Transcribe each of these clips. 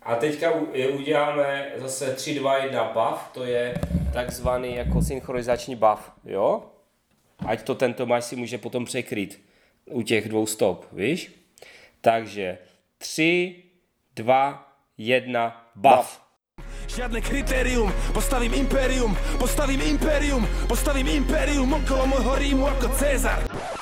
A teďka uděláme zase 3, 2, 1 buff, to je takzvaný jako synchronizační buff, jo? Ať to ten Tomáš si může potom překrýt u těch 2 stop, víš? Takže 3, 2, 1 buff. Žiadne kritérium, postavím impérium okolo môjho Rímu ako Cezar.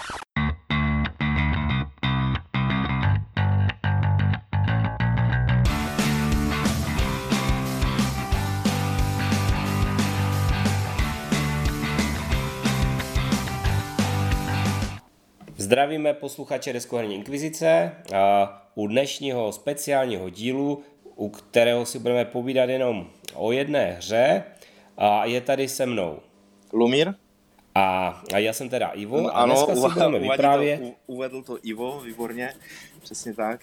Zdravíme posluchače Deskoherní inkvizice a u dnešního speciálního dílu, u kterého si budeme povídat jenom o jedné hře, a je tady se mnou Lumír. A já jsem teda Ivo. No, a dneska si budeme vyprávět. Uvedl to Ivo, výborně, přesně tak.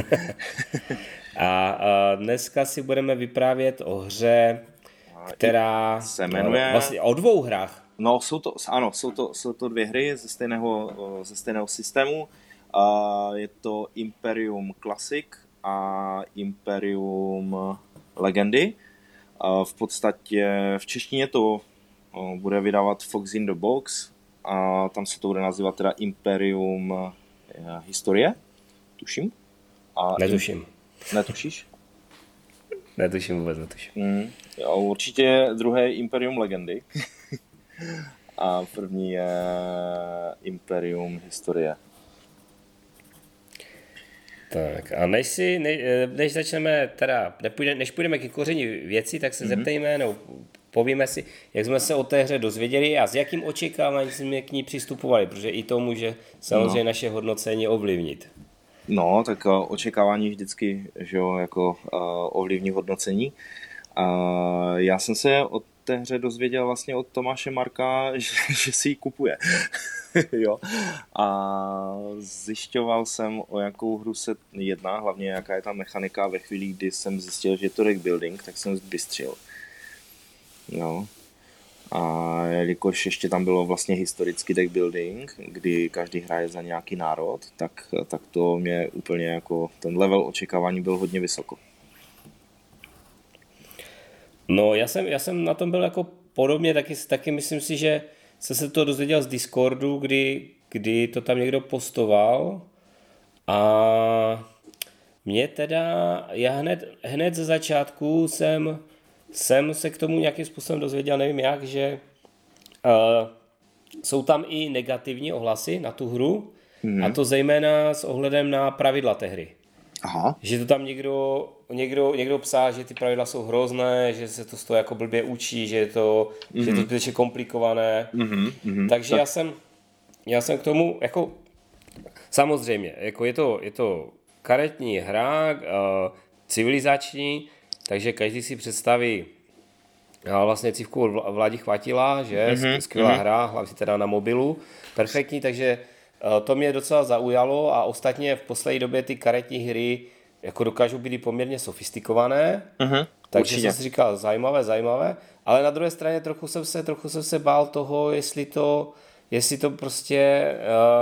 a dneska si budeme vyprávět o hře, která se jmenuje... Vlastně o 2 hrách. No, jsou to 2 hry ze stejného systému. Je to Imperium Classic a Imperium Legendy. V podstatě v češtině to bude vydávat Fox in the Box a tam se to bude nazývat teda Imperium Historie, tuším. Netuším. Netušíš? Netuším, vůbec netuším. Jo, určitě druhé je Imperium Legendy a první je Imperium Historie. Tak a než začneme teda, než půjdeme k koření věcí, tak se zeptejme, no, povíme si, jak jsme se o té hře dozvěděli a s jakým očekáváním jsme k ní přistupovali, protože i to může samozřejmě naše hodnocení ovlivnit. No, tak očekávání vždycky, že jo, jako ovlivní hodnocení. Já jsem se o té hře dozvěděl vlastně od Tomáše Marka, že si ji kupuje. Jo. A zjišťoval jsem, o jakou hru se jedná, hlavně jaká je ta mechanika. Ve chvíli, kdy jsem zjistil, že je to deck building, tak jsem zbystřil. Jo. A jelikož ještě tam bylo vlastně historický deck building, kdy každý hraje za nějaký národ, tak to mě úplně jako ten level očekávání byl hodně vysoko. No, já jsem na tom byl jako podobně, taky myslím si, že jsem se to dozvěděl z Discordu, kdy to tam někdo postoval a mě teda, já hned ze začátku jsem se k tomu nějakým způsobem dozvěděl, nevím jak, že jsou tam i negativní ohlasy na tu hru, a to zejména s ohledem na pravidla té hry. Aha. Že to tam někdo psal, že ty pravidla jsou hrozné, že se to z toho jako blbě učí, že je to zbytečně komplikované. Takže já jsem k tomu, jako samozřejmě, jako je to karetní hra, civilizační, takže každý si představí vlastně cívku Vladi Chvatila, že skvělá hra, hlavně teda na mobilu, perfektní, takže to mě docela zaujalo a ostatně v poslední době ty karetní hry jako dokážou být poměrně sofistikované, takže jsem si říkal zajímavé, ale na druhé straně trochu jsem se bál toho, jestli to prostě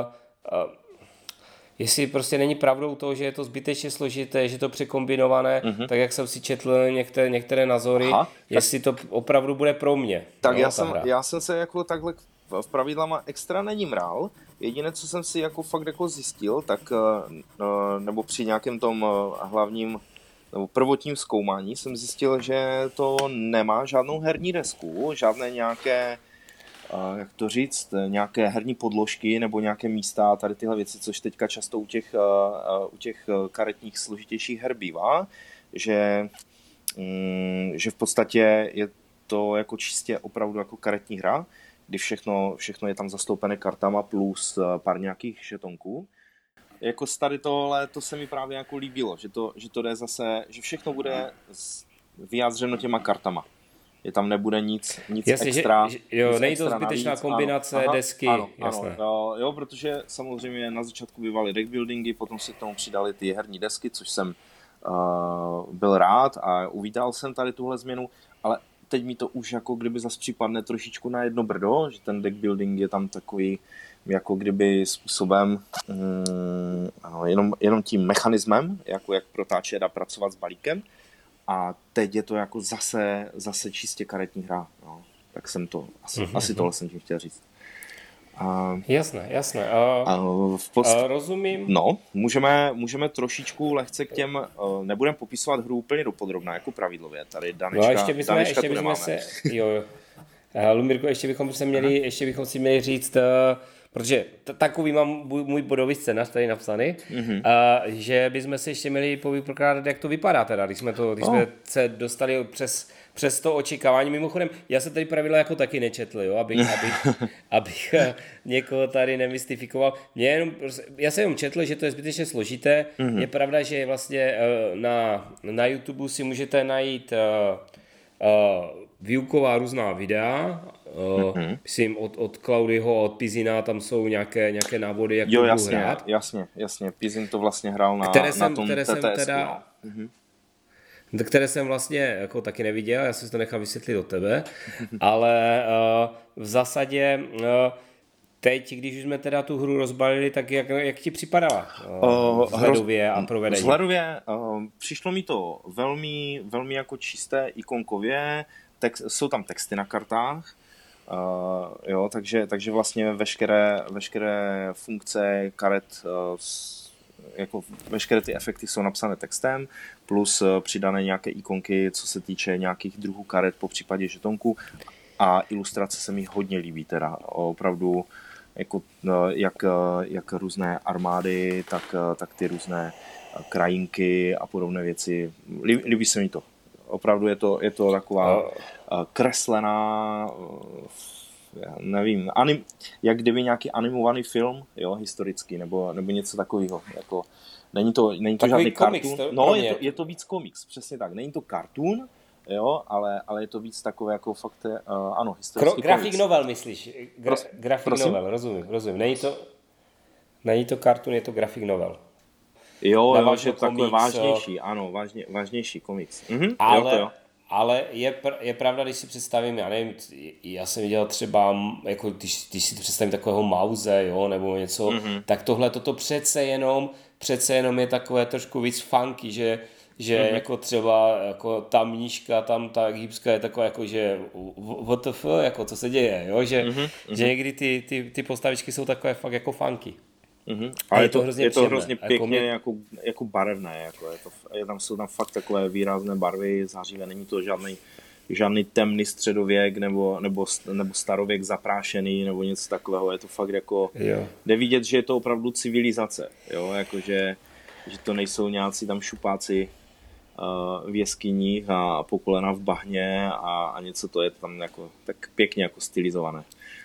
jestli prostě není pravdou to, že je to zbytečně složité, že to překombinované, tak jak jsem si četl některé názory, jestli to opravdu bude pro mě. Tak já jsem se jako takhle v pravidlama extra nemral. Jediné, co jsem si jako fakt jako zjistil, tak nebo při nějakém tom hlavním nebo prvotním zkoumání jsem zjistil, že to nemá žádnou herní desku, žádné nějaké, jak to říct, nějaké herní podložky nebo nějaké místa, tady tyhle věci, což teďka často u těch karetních složitějších her bývá, že v podstatě je to jako čistě opravdu jako karetní hra, kdy všechno je tam zastoupené kartama plus pár nějakých žetonků. Jako z tady tohle, to se mi právě jako líbilo, že to jde zase, že všechno bude vyjádřeno těma kartama. Je tam nebude nic jasně, extra. Není to zbytečná kombinace desky. Jasné. Jo, protože samozřejmě na začátku bývaly deck buildingy, potom se k tomu přidali ty herní desky, což jsem byl rád a uvítal jsem tady tuhle změnu, ale teď mi to už jako kdyby zase připadne trošičku na jedno brdo, že ten deck building je tam takový jako kdyby způsobem jenom tím mechanismem, jako jak protáčet a pracovat s balíkem, a teď je to jako zase čistě karetní hra, no. Tak jsem to, asi tohle jsem tím chtěl říct. Jasné. Rozumím. No, můžeme trošičku lehce k těm, nebudeme popisovat hru úplně dopodrobná, jako pravidlově. Tady Danečka, ještě bychom se, Lumirku, ještě bychom si měli říct, protože takový mám můj bodový scénář tady napsaný, že bychom se ještě měli poprokládat, jak to vypadá teda, když jsme se dostali přes to očekávání. Mimochodem, já se tady pravidla jako taky nečetl, jo, abych někoho tady nemystifikoval. Já jsem jenom četl, že to je zbytečně složité. Je pravda, že vlastně na YouTube si můžete najít výuková různá videa, myslím od Claudyho, od Pizina, tam jsou nějaké návody, jak to hrát. Jasně, Pizin to vlastně hrál na tom TTS. Které jsem vlastně jako taky neviděl, já si to nechám vysvětlit do tebe, ale v zásadě teď, když už jsme teda tu hru rozbalili, tak jak ti připadala vzhledově a provedení? Vzhledově přišlo mi to velmi, velmi jako čisté ikonkově, jsou tam texty na kartách, jo, takže vlastně veškeré funkce karet, jako veškeré ty efekty jsou napsané textem, plus přidané nějaké ikonky, co se týče nějakých druhů karet, po případě žetonku, a ilustrace se mi hodně líbí teda, opravdu jako jak různé armády, tak ty různé krajinky a podobné věci. Líbí se mi to. Opravdu je to taková kreslená, já nevím, jak kdyby nějaký animovaný film, jo, historický, nebo něco takového. Jako, není to žádný cartoon. No, je to víc komiks, přesně tak. Není to cartoon, jo, ale je to víc takové jako fakt, ano, historický graphic novel, myslíš? Graphic novel, rozumím. Není to cartoon, je to graphic novel. Jo, že to takové vážnější, ano, vážnější komiks. Ale je pravda, když si představím, já nevím, já jsem viděl třeba, jako když si představím takového Mause, jo, nebo něco, tak tohle toto přece jenom je takové trošku víc funky, že jako třeba jako ta mníška, tam ta egyptská je taková jako, že WTF, jako co se děje, jo, že někdy ty postavičky jsou takové fakt jako funky. Ale je to hrozně pěkně jako barevné, jsou tam fakt takové výrazné barvy, zářivé, není to žádný temný středověk nebo starověk zaprášený nebo něco takového, je to fakt jako, jde vidět, že je to opravdu civilizace, jo, jakože že to nejsou nějací tam šupáci v jeskyních a po kolena v bahně a něco, to je tam jako tak pěkně jako stylizované.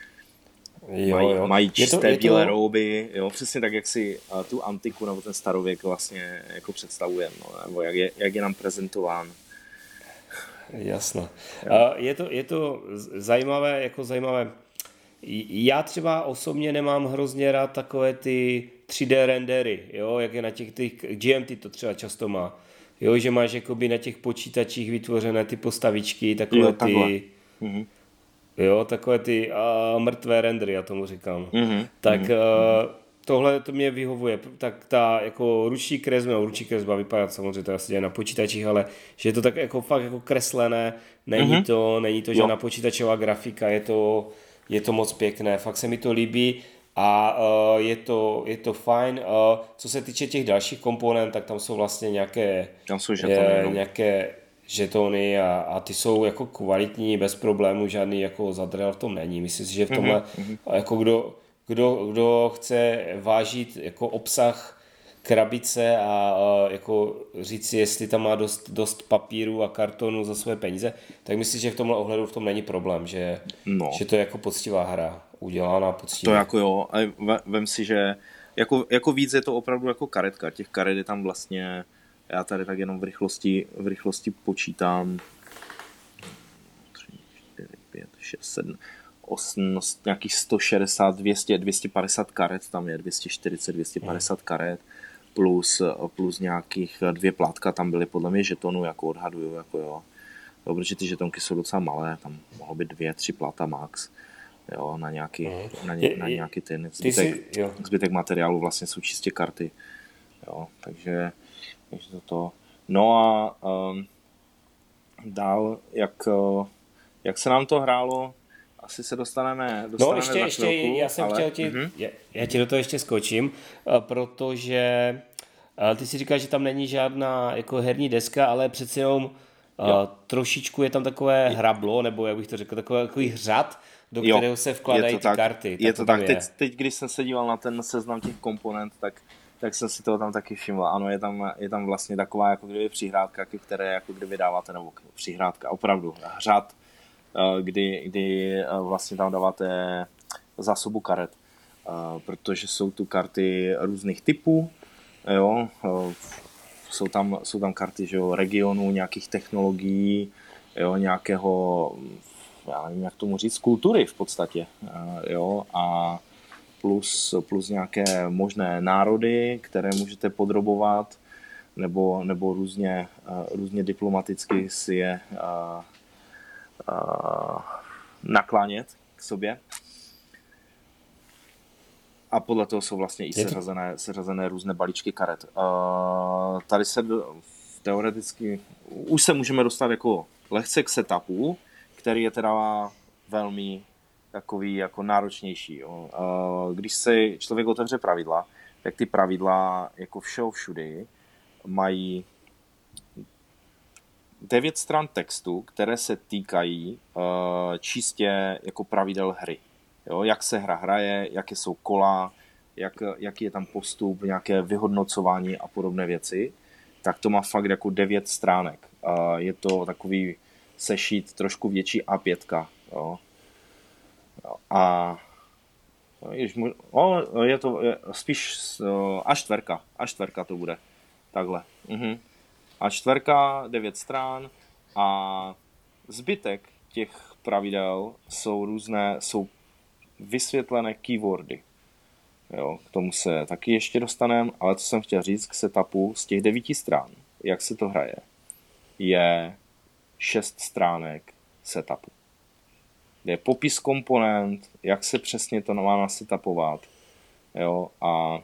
Mají čisté bílé rouby, jo, přesně tak, jak si tu antiku nebo ten starověk vlastně jako představujeme, no, nebo jak je nám prezentován. Jasno. Je to zajímavé, Já třeba osobně nemám hrozně rád takové ty 3D rendery, jo, jak je na těch GMT to třeba často má, jo, že máš jakoby na těch počítačích vytvořené ty postavičky, takové ty... Jo, takové ty mrtvé rendery, já tomu říkám. Tohle to mě vyhovuje. Tak ta jako ruční kresba vypadá samozřejmě, to asi děje na počítačích, ale že je to tak jako fakt jako kreslené, není to žádná počítačová grafika, je to moc pěkné, fakt se mi to líbí a je to fajn. Co se týče těch dalších komponent, tak tam jsou vlastně nějaké žetony a ty jsou jako kvalitní, bez problémů, žádný jako zadrel v tom není. Myslím si, že v tomhle jako kdo chce vážit jako obsah krabice a jako říct si, jestli tam má dost papíru a kartonu za své peníze, tak myslím, že v tomhle ohledu v tom není problém, že to je jako poctivá hra, udělána poctivě. To jako jo, ale vem si, že jako víc je to opravdu jako karetka, těch karet je tam vlastně. Já tady tak jenom v rychlosti počítám 3, 4, 5, 6, 7, 8, nějakých 160, 200, 250 karet tam je, 240, 250 karet, plus nějakých 2 plátka tam byly podle mě žetonů, jako odhaduju, jako jo. Protože ty žetonky jsou docela malé, tam mohlo být 2-3 plata max, jo, na nějaký ten zbytek materiálu vlastně jsou čistě karty, jo, takže to. No a dál, jak se nám to hrálo, asi se dostaneme No za chvilku, já jsem chtěl já ti do toho ještě skočím, protože ty si říkáš, že tam není žádná jako herní deska, ale přeci jenom trošičku je tam takové hrablo, nebo jak bych to řekl, takový hřad, do kterého se vkládají ty karty. Je to tak. Teď, když jsem se díval na ten seznam těch komponent, tak jsem si toho tam taky všiml. Ano, je tam vlastně taková jako kdyby přihrádka, které jako kdyby dáváte, nebo přihrádka, opravdu, hřad, kdy vlastně tam dáváte zásobu karet, protože jsou tu karty různých typů, jo, jsou tam karty, že jo, regionů, nějakých technologií, jo, nějakého, já nevím, jak tomu říct, kultury v podstatě, jo, a plus nějaké možné národy, které můžete podrobovat, nebo různě diplomaticky si je naklánět k sobě. A podle toho jsou vlastně i seřazené různé balíčky karet. Tady se teoreticky už se můžeme dostat jako lehce k setupu, který je teda velmi takový jako náročnější. Jo. Když se člověk otevře pravidla, tak ty pravidla jako všudy mají 9 stran textu, které se týkají čistě jako pravidel hry. Jo, jak se hra hraje, jaké jsou kola, jaký je tam postup, nějaké vyhodnocování a podobné věci, tak to má fakt jako 9 stránek. Je to takový sešít trošku větší A5. Jo. A je to spíš A4 to bude. Takhle. A4, 9 strán a zbytek těch pravidel jsou vysvětlené keywordy. Jo, k tomu se taky ještě dostaneme, ale co jsem chtěl říct k setupu z těch 9 strán, jak se to hraje, je 6 stránek setupu. Je popis komponent, jak se přesně to má nasetupovat, jo, a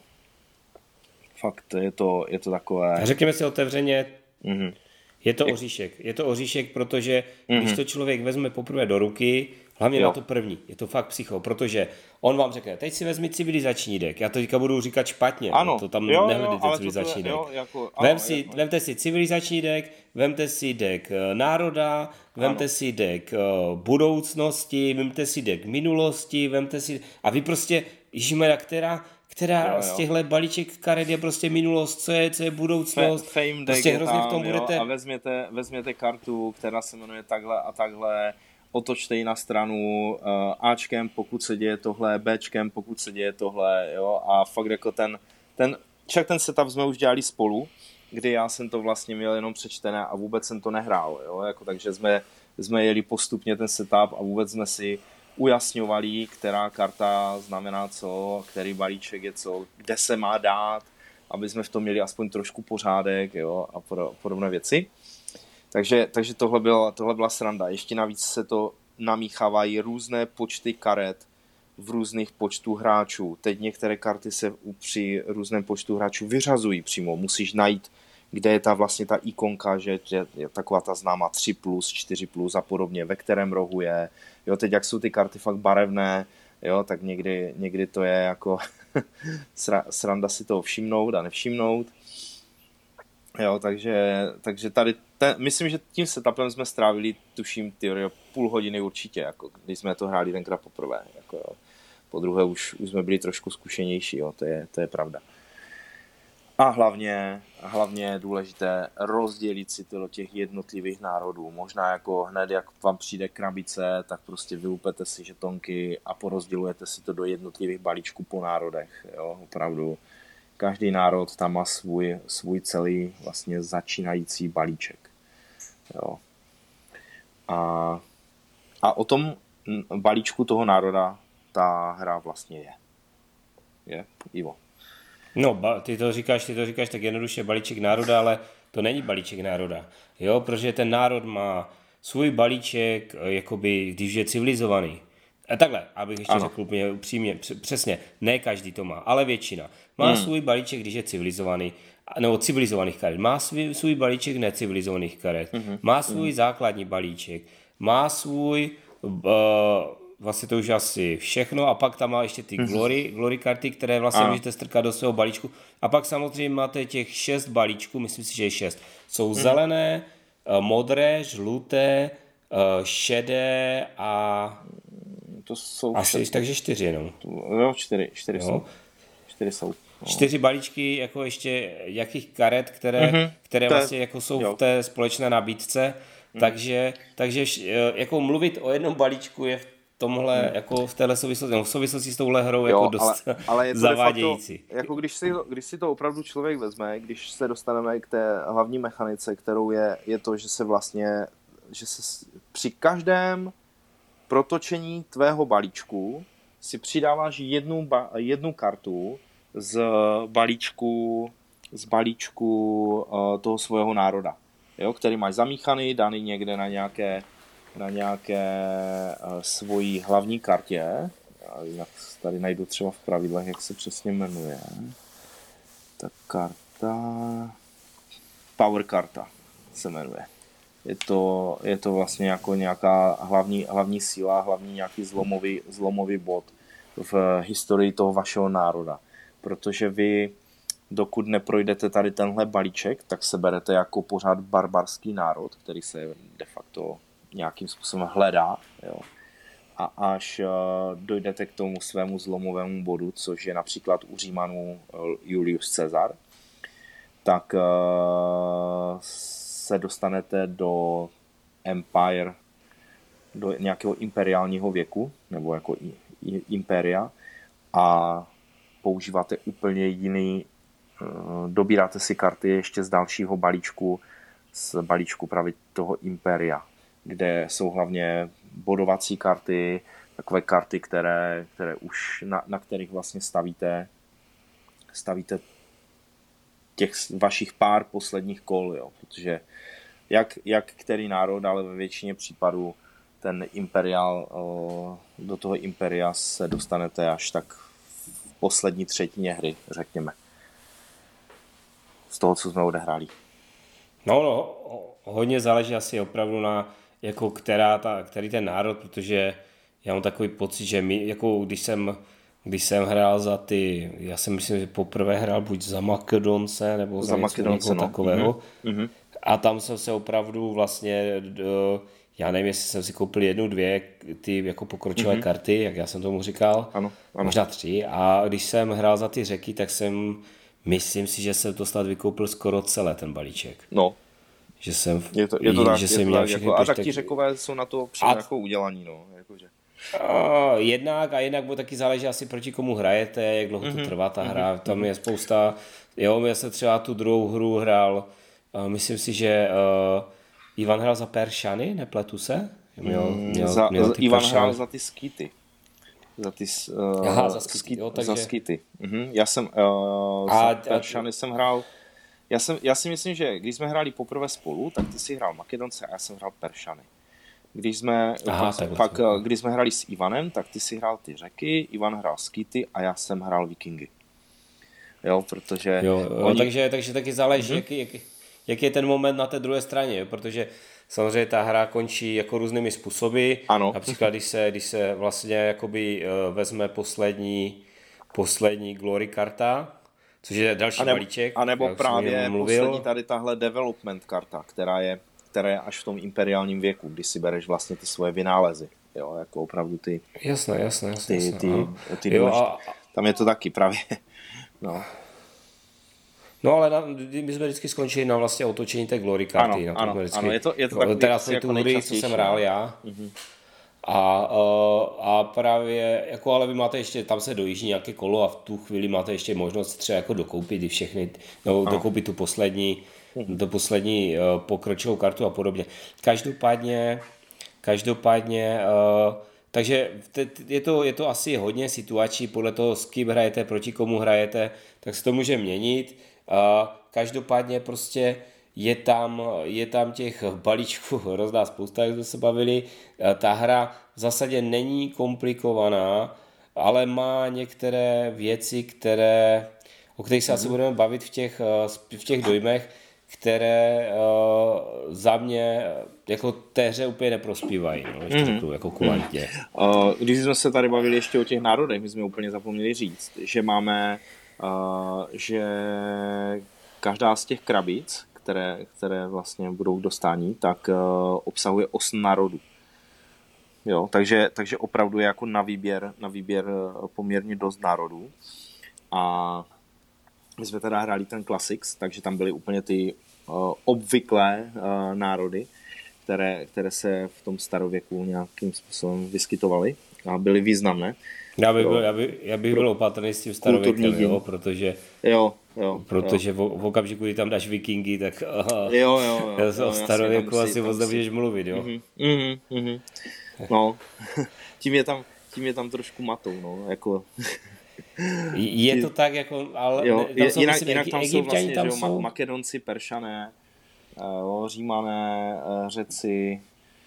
fakt je to takové... Řekněme si otevřeně, je to oříšek. Je to oříšek, protože když to člověk vezme poprvé do ruky, hlavně na to první, je to fakt psycho, protože on vám řekne, teď si vezmi civilizační deck, já to teďka budu říkat špatně, ano, to tam nehledejte civilizační deck. Vemte si civilizační deck, vemte si deck národa, vemte si deck budoucnosti, vemte si deck minulosti, vemte si... A vy prostě, ježišmarja, která z těchto balíček karet je prostě minulost, co je budoucnost, fame prostě hrozně v tom budete... A vezměte kartu, která se jmenuje takhle a takhle, otočte ji na stranu Ačkem, pokud se děje tohle, Bčkem, pokud se děje tohle, jo, a fakt jako však ten setup jsme už dělali spolu, kdy já jsem to vlastně měl jenom přečtené a vůbec jsem to nehrál, jo, jako, takže jsme jeli postupně ten setup a vůbec jsme si ujasňovali, která karta znamená co, který balíček je co, kde se má dát, aby jsme v tom měli aspoň trošku pořádek, jo, a podobné věci. Takže tohle byla sranda. Ještě navíc se to namíchávají různé počty karet v různých počtů hráčů. Teď některé karty se při různém počtu hráčů vyřazují přímo. Musíš najít, kde je vlastně ta ikonka, že je taková ta známá 3+, 4+ a podobně, ve kterém rohu je. Jo, teď jak jsou ty karty fakt barevné, jo, tak někdy to je jako sranda si toho všimnout a nevšimnout. Jo, takže tady, myslím, že tím setupem jsme strávili, tuším, půl hodiny určitě, jako když jsme to hráli tenkrát poprvé. Jako, jo. Po druhé už jsme byli trošku zkušenější, jo, to je pravda. A hlavně je důležité rozdělit si to do těch jednotlivých národů. Možná jako hned, jak vám přijde krabice, tak prostě vylupete si žetonky a porozdělujete si to do jednotlivých balíčků po národech. Jo, opravdu. Každý národ tam má svůj celý vlastně začínající balíček. Jo. A o tom balíčku toho národa ta hra vlastně je. Je, Ivo? No, ty to říkáš tak jednoduše balíček národa, ale to není balíček národa. Jo, protože ten národ má svůj balíček, jakoby, když je civilizovaný. A takhle, abych ještě řekl úplně upřímně, přesně, ne každý to má, ale většina. Má svůj balíček, když je civilizovaný nebo civilizovaných karet, má svůj balíček necivilizovaných karet, má svůj základní balíček, má svůj, vlastně to už asi všechno, a pak tam má ještě ty glory karty, které vlastně můžete strkat do svého balíčku. A pak samozřejmě máte těch 6 balíčků, myslím si, že je 6. Jsou zelené, modré, žluté, šedé a to jsou asi, takže 4 jenom. Jo, 4 jsou. 4 jsou. No. 4 balíčky jako ještě jakých karet, které vlastně jako jsou v té společné nabídce, takže jako mluvit o jednom balíčku je v tomhle, jako v téhle souvislosti, v souvislosti s touhle hrou jako dost ale je to zavádějící. Facto, jako když si to opravdu člověk vezme, když se dostaneme k té hlavní mechanice, kterou je to, že se při každém protočení tvého balíčku si přidáváš jednu kartu z balíčku toho svého národa, jo, který máš zamíchaný, daný někde na nějaké svojí hlavní kartě. Já tady najdu třeba v pravidlech, jak se přesně jmenuje. Ta karta... Power karta se jmenuje. Je to vlastně jako nějaká hlavní síla, hlavní nějaký zlomový bod v historii toho vašeho národa. Protože vy, dokud neprojdete tady tenhle balíček, tak se berete jako pořád barbarský národ, který se de facto nějakým způsobem hledá. Jo. A až dojdete k tomu svému zlomovému bodu, což je například u Římanů Julius Caesar, tak se dostanete do Empire, do nějakého imperiálního věku, nebo jako imperia, a používáte úplně jiný, dobíráte si karty ještě z dalšího balíčku, z balíčku právě toho imperia, kde jsou hlavně bodovací karty, takové karty, které už na kterých vlastně stavíte těch vašich pár posledních kol, jo, protože jak který národ, ale ve většině případů ten imperiál, do toho imperia se dostanete až tak v poslední třetině hry, řekněme. Z toho, co jsme odehráli. No, hodně záleží asi opravdu na jako který ten národ, protože já mám takový pocit, že jako když jsem hrál já si myslím, že poprvé hrál buď za Makedonce, nebo za Makedonce, takového. Mm-hmm. A tam jsem se opravdu vlastně, já nevím, jestli jsem si koupil 1, 2 ty jako pokročilé karty, jak já jsem tomu říkal, ano. Možná 3. A když jsem hrál za ty řeky, tak myslím si, že jsem to snad vykoupil skoro celé ten balíček. No. Že jsem je to tak, jako, a tak ti Řekové jsou na to přímo jako udělaní, no, jakože. Jednak bo taky záleží asi proti komu hrajete, jak dlouho to trvá ta hra, tam je spousta, jo, já jsem třeba tu druhou hru hrál, myslím si, že Ivan hrál za Peršany, nepletu se? Ivan hrál za ty skýty. Za skýty, jo, takže... Za skýty. Já jsem Peršany jsem hrál. Já si myslím, že když jsme hráli poprvé spolu, tak ty si hrál Makedonce a já jsem hrál Peršany. Když jsme hráli s Ivanem, tak ty si hrál ty Řeky, Ivan hrál skýty a já jsem hrál Vikingy. Jo, protože... Takže taky záleží, jaký je ten moment na té druhé straně, protože samozřejmě ta hra končí jako různými způsoby. Ano. Například, když se vlastně jakoby vezme poslední glory karta, což je další balíček. A nebo právě poslední tady tahle development karta, která je až v tom imperiálním věku, kdy si bereš vlastně ty svoje vynálezy. Jo, jako opravdu ty... Jasné. Ty tam je to taky právě. No ale my jsme vždycky skončili na vlastně otočení té glory karty. Ano, je to takový teda jsem tu hry, co jsem hrál já. Mm-hmm. A právě, jako ale vy máte ještě, tam se dojíždí nějaké kolo a v tu chvíli máte ještě možnost třeba jako dokoupit i všechny, dokoupit tu poslední pokročilou kartu a podobně. Každopádně takže je to asi hodně situací, podle toho, s kým hrajete, proti komu hrajete, tak se to může měnit. Každopádně prostě je tam těch balíčků hrozná spousta, jak jsme se bavili. Ta hra v zásadě není komplikovaná, ale má některé věci, které o kterých se asi budeme bavit v těch dojmech, které za mě jako té hře úplně neprospívají, no, ještě řeknu, jako kulantně. Když jsme se tady bavili ještě o těch národech, my jsme úplně zapomněli říct, že máme, že každá z těch krabic, které vlastně budou k dostání, tak obsahuje 8 národů. Jo, takže opravdu je jako na výběr poměrně dost národů. A my jsme teda hráli ten Classics, takže tam byly úplně ty obvyklé národy, které se v tom starověku nějakým způsobem vyskytovaly a byly významné. Já bych byl opatrný s tím starověkem, jo, protože v okamžiku, kdy tam dáš vikingy, tak o starověku asi moc nemůžeš mluvit, jo. No, tím je tam trošku matou, no, jako... Je to tak, jako, ale jo, tam jsou, jinak tam jsou vlastně, tam jsou Makedonci, Peršané, Římané, Řeci,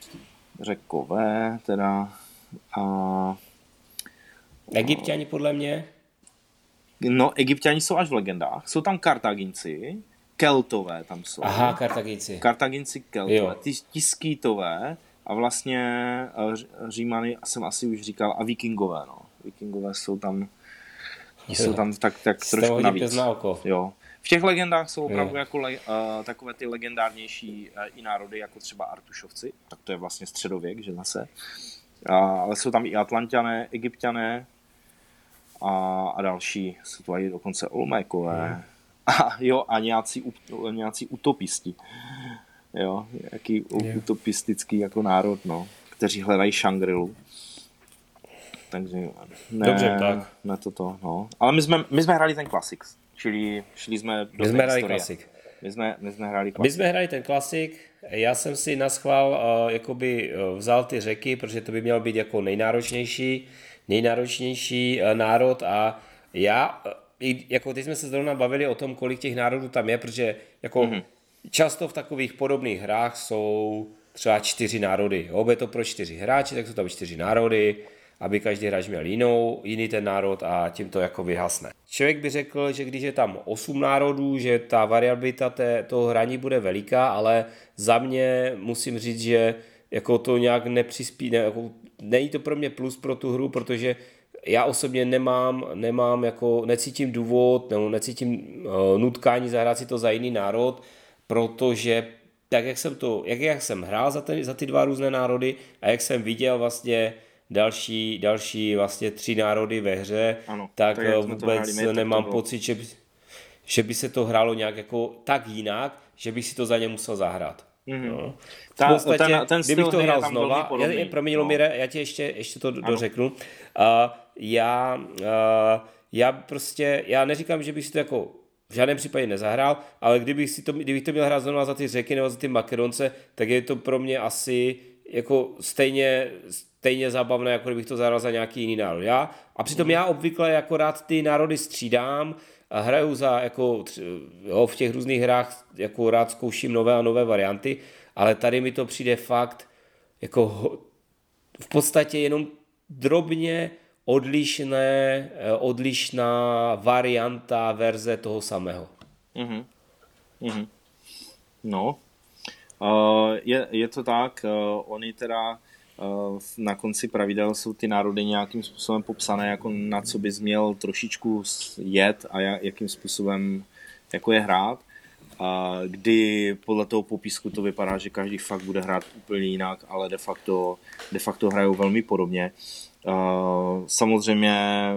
Řekové, teda a... Egypťani podle mě? No, Egypťani jsou až v legendách, jsou tam Kartáginci, Keltové tam jsou. Aha, Kartáginci. Kartáginci, Keltové, ti Skýtové a vlastně Římany, jsem asi už říkal, a Vikingové, no. Vikingové jsou tam tak trošku navíc. Jo. V těch legendách jsou opravdu jako takové ty legendárnější i národy, jako třeba Artušovci, tak to je vlastně středověk, že zase. Ale jsou tam i Atlanťané, Egypťané a další, jsou to i dokonce Olmékové. A nějací utopisti. Jo, jaký utopistický jako národ, no, kteří hledají Shangrilu. Takže dobře, tak. Ne toto, no. Ale my jsme hráli ten Classics, čili šli jsme do té historie. My jsme hráli Classic. My jsme hráli ten Classic, já jsem si naschvál jakoby vzal ty Řeky, protože to by měl být jako nejnáročnější národ a já, jako teď jsme se zrovna bavili o tom, kolik těch národů tam je, protože jako často v takových podobných hrách jsou třeba 4 národy. Je to pro 4 hráči, tak jsou tam 4 národy, aby každý hráč měl jiný ten národ a tím to jako vyhasne. Člověk by řekl, že když je tam 8 národů, že ta variabilita toho hraní bude veliká, ale za mě musím říct, že jako to nějak není to pro mě plus pro tu hru, protože já osobně nemám jako necítím důvod, nebo necítím nutkání zahrát si to za jiný národ, protože tak jak jsem hrál za ty 2 různé národy a jak jsem viděl vlastně další vlastně 3 národy ve hře, ano, tak vůbec nemám pocit, že by se to hrálo nějak jako tak jinak, že bych si to za ně musel zahrát. No. V podstatě, kdybych to hrál znova, promiň, Lumíre, já ti ještě to dořeknu. Já neříkám, že bych si to jako v žádném případě nezahrál, ale kdybych to měl hrát znova za ty Řeky nebo za ty Makedonce, tak je to pro mě asi jako stejně zábavné, jako kdybych to zahrál za nějaký jiný národ. A přitom já obvykle jako rád ty národy střídám a hraju v těch různých hrách jako rád zkouším nové a nové varianty, ale tady mi to přijde fakt jako v podstatě jenom drobně odlišná varianta verze toho samého. No, je to tak, oni teda na konci pravidel jsou ty národy nějakým způsobem popsané, jako na co bys měl trošičku jet a jakým způsobem jako je hrát. Kdy podle toho popisku to vypadá, že každý fakt bude hrát úplně jinak, ale de facto hrajou velmi podobně. Samozřejmě,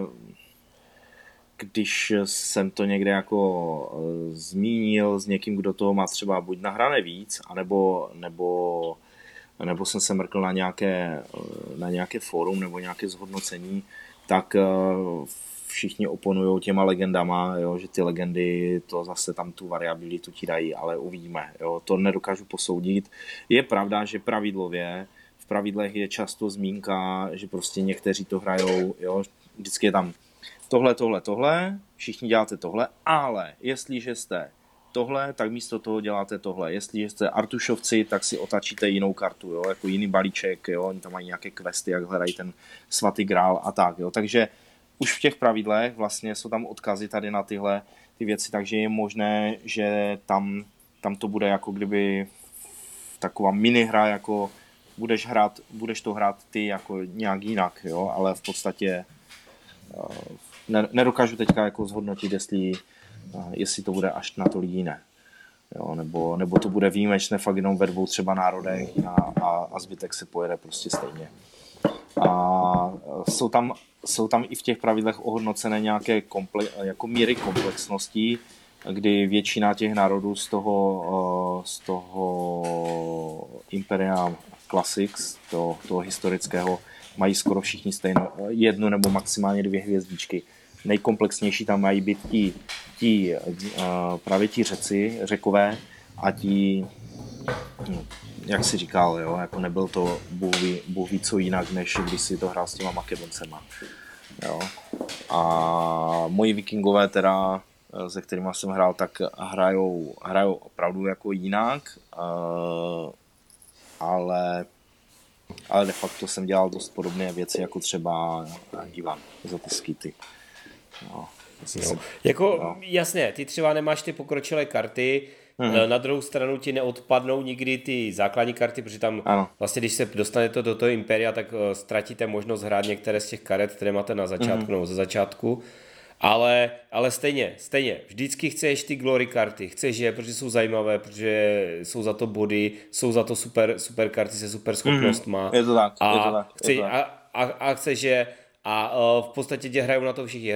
když jsem to někde jako zmínil s někým, kdo toho má třeba buď nahrané víc, nebo jsem se mrkl na nějaké fórum nebo nějaké zhodnocení, tak všichni oponujou těma legendama, jo, že ty legendy to zase tam tu variabilitu ti dají, ale uvidíme. Jo, to nedokážu posoudit. Je pravda, že v pravidlech je často zmínka, že prostě někteří to hrajou, jo, vždycky je tam tohle, všichni děláte tohle, ale jestliže jste tohle, tak místo toho děláte tohle. Jestliže jste Artušovci, tak si otačíte jinou kartu, jo, jako jiný balíček, jo, oni tam mají nějaké questy, jak hledají ten svatý grál a tak, jo. Takže už v těch pravidlech vlastně jsou tam odkazy tady ty věci, takže je možné, že tam to bude jako kdyby taková minihra, jako budeš to hrát ty jako nějak jinak, jo, ale v podstatě nedokážu teďka jako zhodnotit, jestli to bude až na to jiné. Jo, nebo to bude výjimečné fakt jenom ve 2 třeba národech a zbytek se pojede prostě stejně. A jsou tam i v těch pravidlech ohodnocené nějaké jako míry komplexnosti, kdy většina těch národů z toho Imperial Classics, toho historického, mají skoro všichni stejnou 1 nebo maximálně 2 hvězdičky. Nejkomplexnější tam mají být právě ti Řekové a ti, jak jsi říkal, jo, jako nebyl to Bůh ví co jinak, než když si to hrál s těma Makedoncema. Jo. A moji Vikingové teda, se kterými jsem hrál, tak hrajou opravdu jako jinak, ale de facto jsem dělal dost podobné věci, jako třeba Ivan za ty skýty. No. Jasně, ty třeba nemáš ty pokročilé karty, na druhou stranu ti neodpadnou nikdy ty základní karty, protože tam vlastně, když se dostanete do toho Imperia, tak ztratíte možnost hrát některé z těch karet, které máte na začátku nebo ze začátku, ale stejně, vždycky chceš ty glory karty, chceš je, protože jsou zajímavé, protože jsou za to body, jsou za to super karty se super schopnostma. Je to tak. A chceš je a v podstatě tě hrajou na to všichni.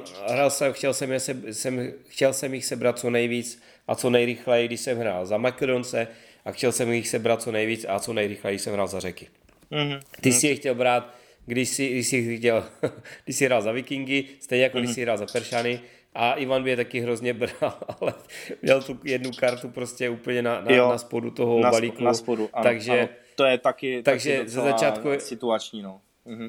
Chtěl jsem jich sebrat co nejvíc a co nejrychleji, když jsem hrál za Makedonce, a chtěl jsem jich sebrat co nejvíc a co nejrychleji, když jsem hrál za Řeky. Ty si je chtěl brát, když jsi hrál za Vikingy, stejně jako když jsi hrál za Peršany, a Ivan by je taky hrozně bral, ale měl tu 1 kartu prostě úplně na spodu toho balíku. Na spodu, ano, takže, ano. To je taky ze začátku situační, no.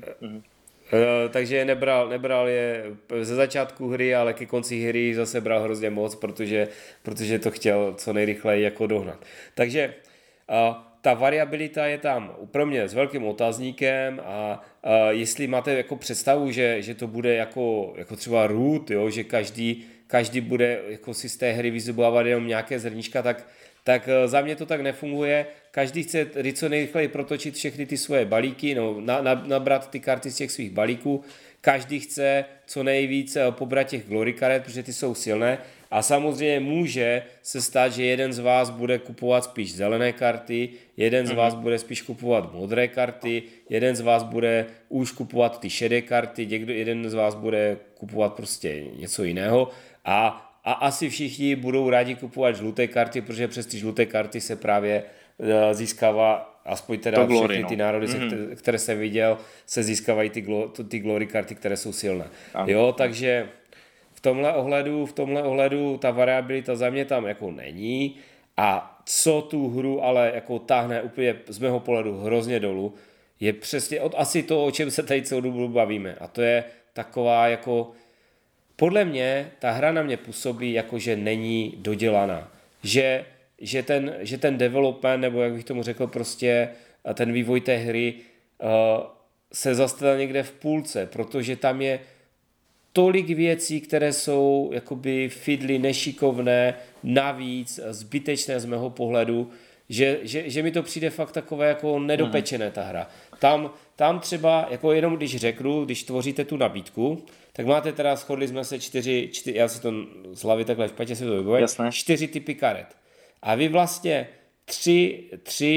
Takže nebral je ze začátku hry, ale ke konci hry zase bral hrozně moc, protože to chtěl co nejrychleji jako dohnat. Takže ta variabilita je tam pro mě s velkým otazníkem a jestli máte jako představu, že to bude jako třeba root, jo, že každý bude jako si z té hry vyzubovávat jenom nějaké zrníčka, tak za mě to tak nefunguje. Každý chce co nejrychleji protočit všechny ty svoje balíky, nabrat ty karty z těch svých balíků. Každý chce co nejvíc pobrat těch glory karet, protože ty jsou silné. A samozřejmě může se stát, že jeden z vás bude kupovat spíš zelené karty, jeden z vás bude spíš kupovat modré karty, jeden z vás bude už kupovat ty šedé karty, jeden z vás bude kupovat prostě něco jiného. A asi všichni budou rádi kupovat žluté karty, protože přes ty žluté karty se právě získává, aspoň teda všechny ty národy, které jsem viděl, se získávají ty glory karty, které jsou silné. Jo, takže v tomhle ohledu ta variabilita za mě tam jako není. A co tu hru ale jako táhne úplně z mého pohledu hrozně dolů, je přesně asi to, o čem se tady celou dobu bavíme. A to je taková jako, podle mě ta hra na mě působí jako, že není dodělaná. Že ten development, nebo jak bych tomu řekl, prostě ten vývoj té hry se zastavil někde v půlce, protože tam je tolik věcí, které jsou jakoby fidly, nešikovné, navíc zbytečné z mého pohledu, že mi to přijde fakt takové jako nedopečené ta hra. Tam třeba, jako jenom když tvoříte tu nabídku, tak máte teda, shodli jsme se 4 já si to z hlavy takhle špatně si to vybavuji, 4 typy karet. A vy vlastně 3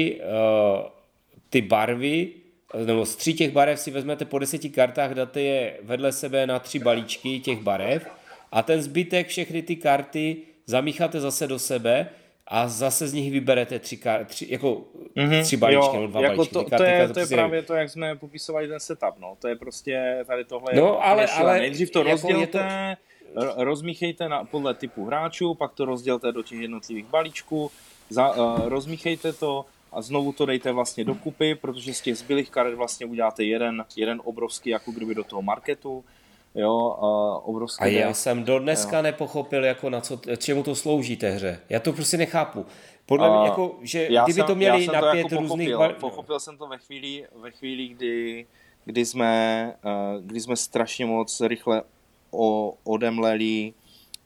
ty barvy, nebo z 3 těch barev si vezmete po 10 kartách, dáte je vedle sebe na 3 balíčky těch barev a ten zbytek, všechny ty karty zamícháte zase do sebe a zase z nich vyberete 3 balíčky, nebo 2 jako balíčky. To je právě to, jak jsme popisovali ten setup, no. To je prostě tady tohle. No, ale nejdřív to rozdělte, rozmíchejte podle typu hráčů, pak to rozdělte do těch jednotlivých balíčků, rozmíchejte to a znovu to dejte vlastně dokupy, protože z těch zbylých karet vlastně uděláte jeden obrovský, jako kdyby do toho marketu. Jo, obrovský. A já jsem do dneska nepochopil, jako čemu to slouží té hře. Já to prostě nechápu. Podle mě, jako, že kdyby to měli na 5 jako různých... Pochopil jsem to ve chvíli, kdy jsme strašně moc rychle odemleli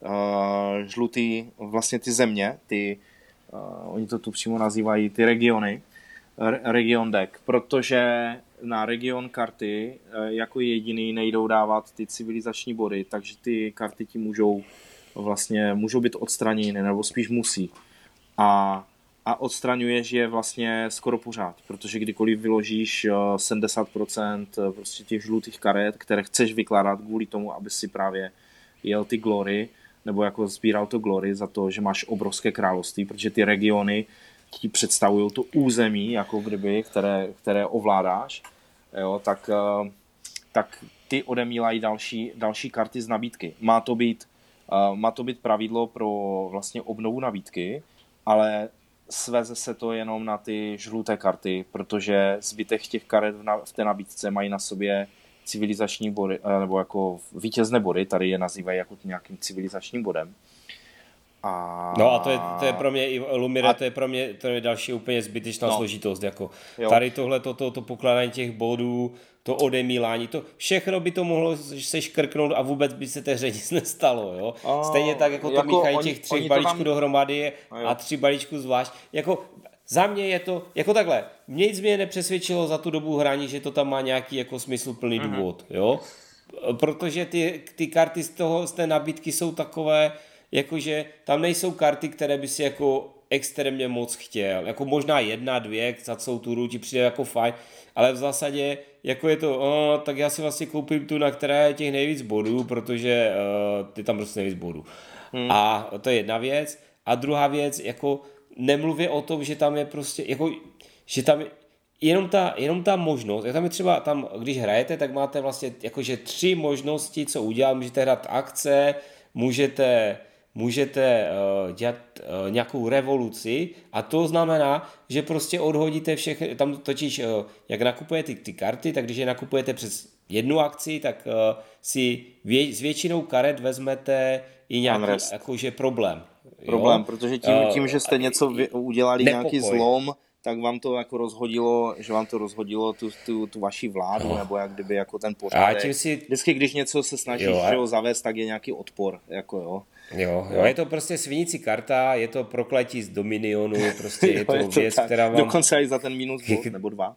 žlutý, vlastně ty země, oni to tu přímo nazývají ty regiony, region deck, protože na region karty jako jediný nejdou dávat ty civilizační body, takže ty karty ti můžou být odstraněny, nebo spíš musí. A odstraňuješ je vlastně skoro pořád, protože kdykoliv vyložíš 70% prostě těch žlutých karet, které chceš vykládat kvůli tomu, aby si právě jel ty glory, nebo jako sbíral to glory za to, že máš obrovské království, protože ty regiony ti představují to území, jako kdyby, které ovládáš, jo, tak ty odemílají další karty z nabídky. Má to být pravidlo pro vlastně obnovu nabídky, ale sveze se to jenom na ty žluté karty, protože zbytek těch karet v té nabídce mají na sobě civilizační body, nebo jako vítězné body, tady je nazývají jako nějakým civilizačním bodem. No a to je pro mě, i Lumire, to je další úplně zbytečná složitost. Jako. Tady tohle, to pokládání těch bodů, to odemílání, to všechno by to mohlo se škrknout a vůbec by se té hře nic nestalo. Jo? Stejně tak, jako to míchají těch 3 balíčků dohromady a 3 balíčků zvlášť. Jako, za mě je to, jako takhle, nic mě nepřesvědčilo za tu dobu hraní, že to tam má nějaký jako smysluplný důvod. Jo? Protože ty karty z té nabídky jsou takové, jakože tam nejsou karty, které by si jako extrémně moc chtěl. Jako možná 1, 2 za celou tu hru ti přijde jako fajn, ale v zásadě jako je to, tak já si vlastně koupím tu, na které je těch nejvíc bodů, protože ty tam prostě nejvíc bodů. A to je jedna věc. A druhá věc, jako nemluvě o tom, že tam je prostě, jako, že tam je jenom ta možnost, jak tam je třeba, když hrajete, tak máte vlastně jakože 3 možnosti, co udělat. Můžete hrát akce, můžete dělat nějakou revoluci a to znamená, že prostě odhodíte všechny, tam totiž, jak nakupujete ty karty, tak když je nakupujete přes jednu akci, tak si s většinou karet vezmete i nějaký jakože problém. Problém, protože tím, že jste něco udělali, nějaký zlom, tak vám to jako rozhodilo, tu vaši vládu, nebo jak kdyby jako ten pořádek. Vždycky, když něco se snažíš zavést, tak je nějaký odpor. Jako Jo, je to prostě svinící karta, je to prokletí z Dominionu, prostě je to věc, která vám... Dokonce i za ten minus bod, nebo 2.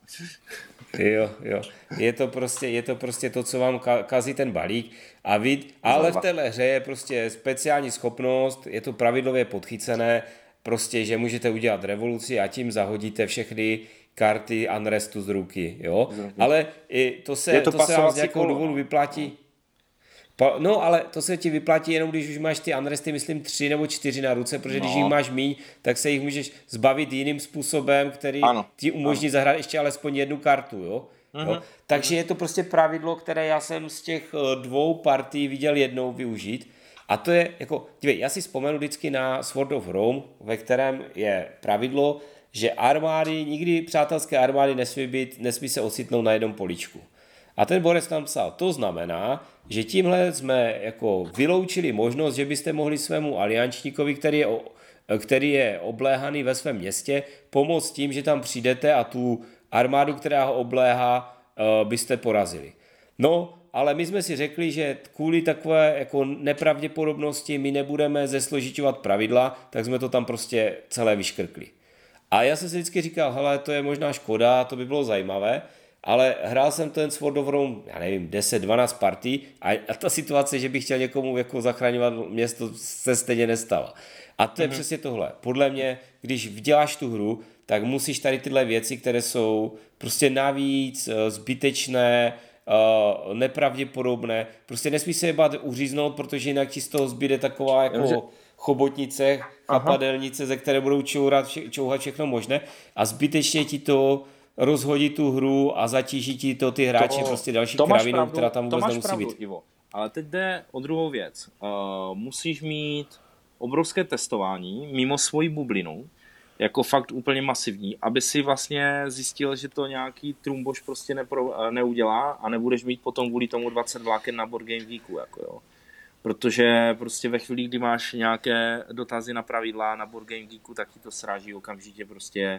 Jo. Je to prostě to, co vám kazí ten balík. Ale v téhle hře je prostě speciální schopnost, je to pravidlově podchycené, prostě, že můžete udělat revoluci a tím zahodíte všechny karty Unrestu z ruky, jo. Ale to se vám z nějakého důvodu vyplatí. No, ale to se ti vyplatí jenom, když už máš ty Unresty, myslím 3 nebo 4 na ruce, protože když jich máš míň, tak se jich můžeš zbavit jiným způsobem, který ti umožní zahrát ještě alespoň 1 kartu, jo. Jo? Takže je to prostě pravidlo, které já jsem z těch 2 partí viděl jednou využít. A to je jako, dívej, já si vzpomenu vždycky na Sword of Rome, ve kterém je pravidlo, že nikdy přátelské armády nesmí se ocitnout na jednom políčku. A ten borec tam psal, to znamená, že tímhle jsme jako vyloučili možnost, že byste mohli svému aliančníkovi, který je obléhaný ve svém městě, pomoct tím, že tam přijdete a tu armádu, která ho obléhá, byste porazili. No, ale my jsme si řekli, že kvůli takové jako nepravděpodobnosti my nebudeme zesložiťovat pravidla, tak jsme to tam prostě celé vyškrkli. A já jsem si vždycky říkal, hele, to je možná škoda, to by bylo zajímavé, ale hrál jsem ten Sword of Rome, já nevím, 10-12 partí a ta situace, že bych chtěl někomu jako zachraňovat město, se stejně nestala. A to je přesně tohle. Podle mě, když vděláš tu hru, tak musíš tady tyhle věci, které jsou prostě navíc zbytečné, nepravděpodobné, prostě nesmí se je bát uříznout, protože jinak ti z toho zbyde taková jako chobotnice, chapadelnice, ze které budou čouhat všechno možné a zbytečně ti to rozhodí tu hru a zatíží ti to ty hráče prostě další kravinou, která tam vůbec nemusí být. Ivo. Ale teď jde o druhou věc. Musíš mít obrovské testování mimo svoji bublinu, jako fakt úplně masivní, aby si vlastně zjistil, že to nějaký trumboš prostě neudělá a nebudeš mít potom kvůli tomu 20 vláken na Board Game Weeku. Jako jo. Protože prostě ve chvíli, kdy máš nějaké dotazy na pravidla na Board Game Geeku, tak ti to sráží okamžitě prostě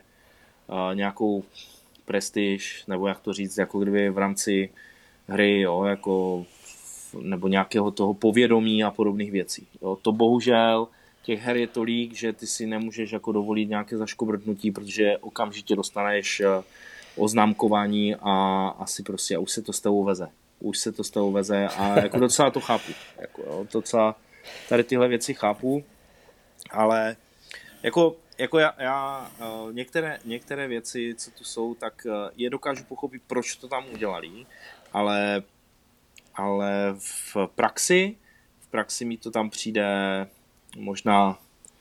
nějakou prestiž, nebo jak to říct, jako kdyby v rámci hry, jo, jako nebo nějakého toho povědomí a podobných věcí. Jo, to bohužel těch her je tolik, že ty si nemůžeš jako dovolit nějaké zaškobrtnutí, protože okamžitě dostaneš oznámkování a asi prostě a už se to s tebou veze a jako docela to chápu. Jako, jo, docela tady tyhle věci chápu, ale jako já některé věci, co tu jsou, tak je dokážu pochopit, proč to tam udělali, ale v praxi mi to tam přijde možná,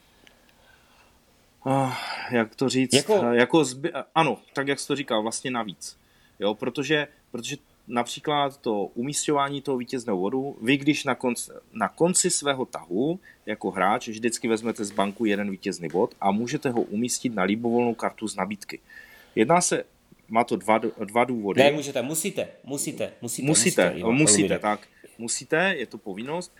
jak to říct, ano, tak jak jsi to říkal, vlastně navíc. Jo, protože například to umísťování toho vítězného bodu, vy když na konci svého tahu jako hráč vždycky vezmete z banku jeden vítězný bod a můžete ho umístit na libovolnou kartu z nabídky. Má to dva důvody. Ne, musíte, je to povinnost.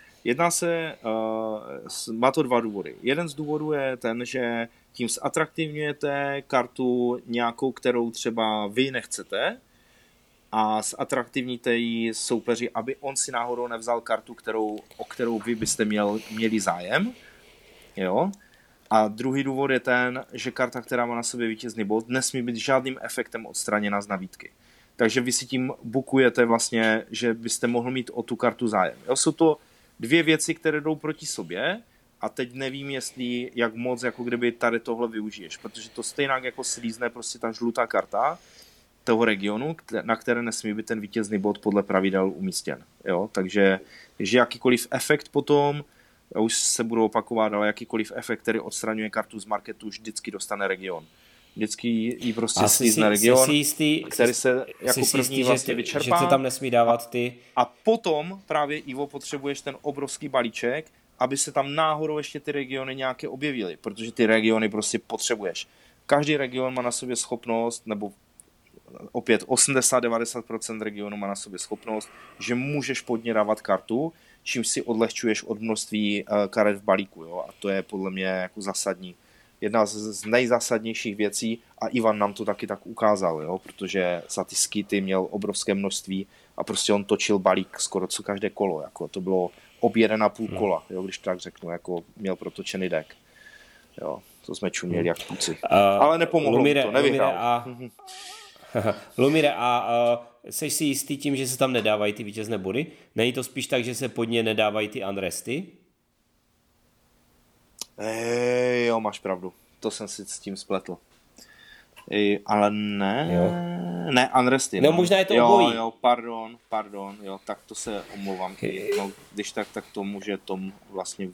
Má to dva důvody. Jeden z důvodů je ten, že tím zatraktivňujete kartu nějakou, kterou třeba vy nechcete, a zatraktivníte ji soupeři, aby on si náhodou nevzal kartu, o kterou vy byste měli zájem. Jo? A druhý důvod je ten, že karta, která má na sobě vítězný bod, nesmí být žádným efektem odstraněna z nabídky. Takže vy si tím bookujete vlastně, že byste mohl mít o tu kartu zájem. Jo? Jsou to dvě věci, které jdou proti sobě a teď nevím, jak moc jako kdyby tady tohle využiješ, protože to stejně jako slízne prostě ta žlutá karta toho regionu, na které nesmí být ten vítězný bod podle pravidel umístěn. Jo? Takže jakýkoliv efekt potom, já už se budu opakovat, ale jakýkoliv efekt, který odstraňuje kartu z marketu, vždycky dostane region. Vždycky jí prostě slízne region, který se jako první vlastně vyčerpá. Že se tam nesmí dávat ty... A potom právě, Ivo, potřebuješ ten obrovský balíček, aby se tam náhodou ještě ty regiony nějaké objevily, protože ty regiony prostě potřebuješ. Každý region má na sobě schopnost, nebo opět 80-90% regionu má na sobě schopnost, že můžeš pod ně dávat kartu, čím si odlehčuješ od množství karet v balíku. Jo? A to je podle mě jako zásadní. Jedna z nejzásadnějších věcí a Ivan nám to taky tak ukázal, jo? Protože za ty skity měl obrovské množství a prostě on točil balík skoro co každé kolo. Jako to bylo obě 1,5 kola, jo? Když tak řeknu, jako měl protočený deck. Jo? To jsme čuměli jak puci. Ale nepomohlo mu to, nevyhrál. Lumire, a seš si jistý tím, že se tam nedávají ty vítězné body? Není to spíš tak, že se pod ně nedávají ty unresty? Jo, máš pravdu. To jsem si s tím spletl. Ale ne. Jo. Ne, unresty. No možná je to obojí. Jo, pardon. Jo, tak to se omlouvám. No, když tak to může Tom vlastně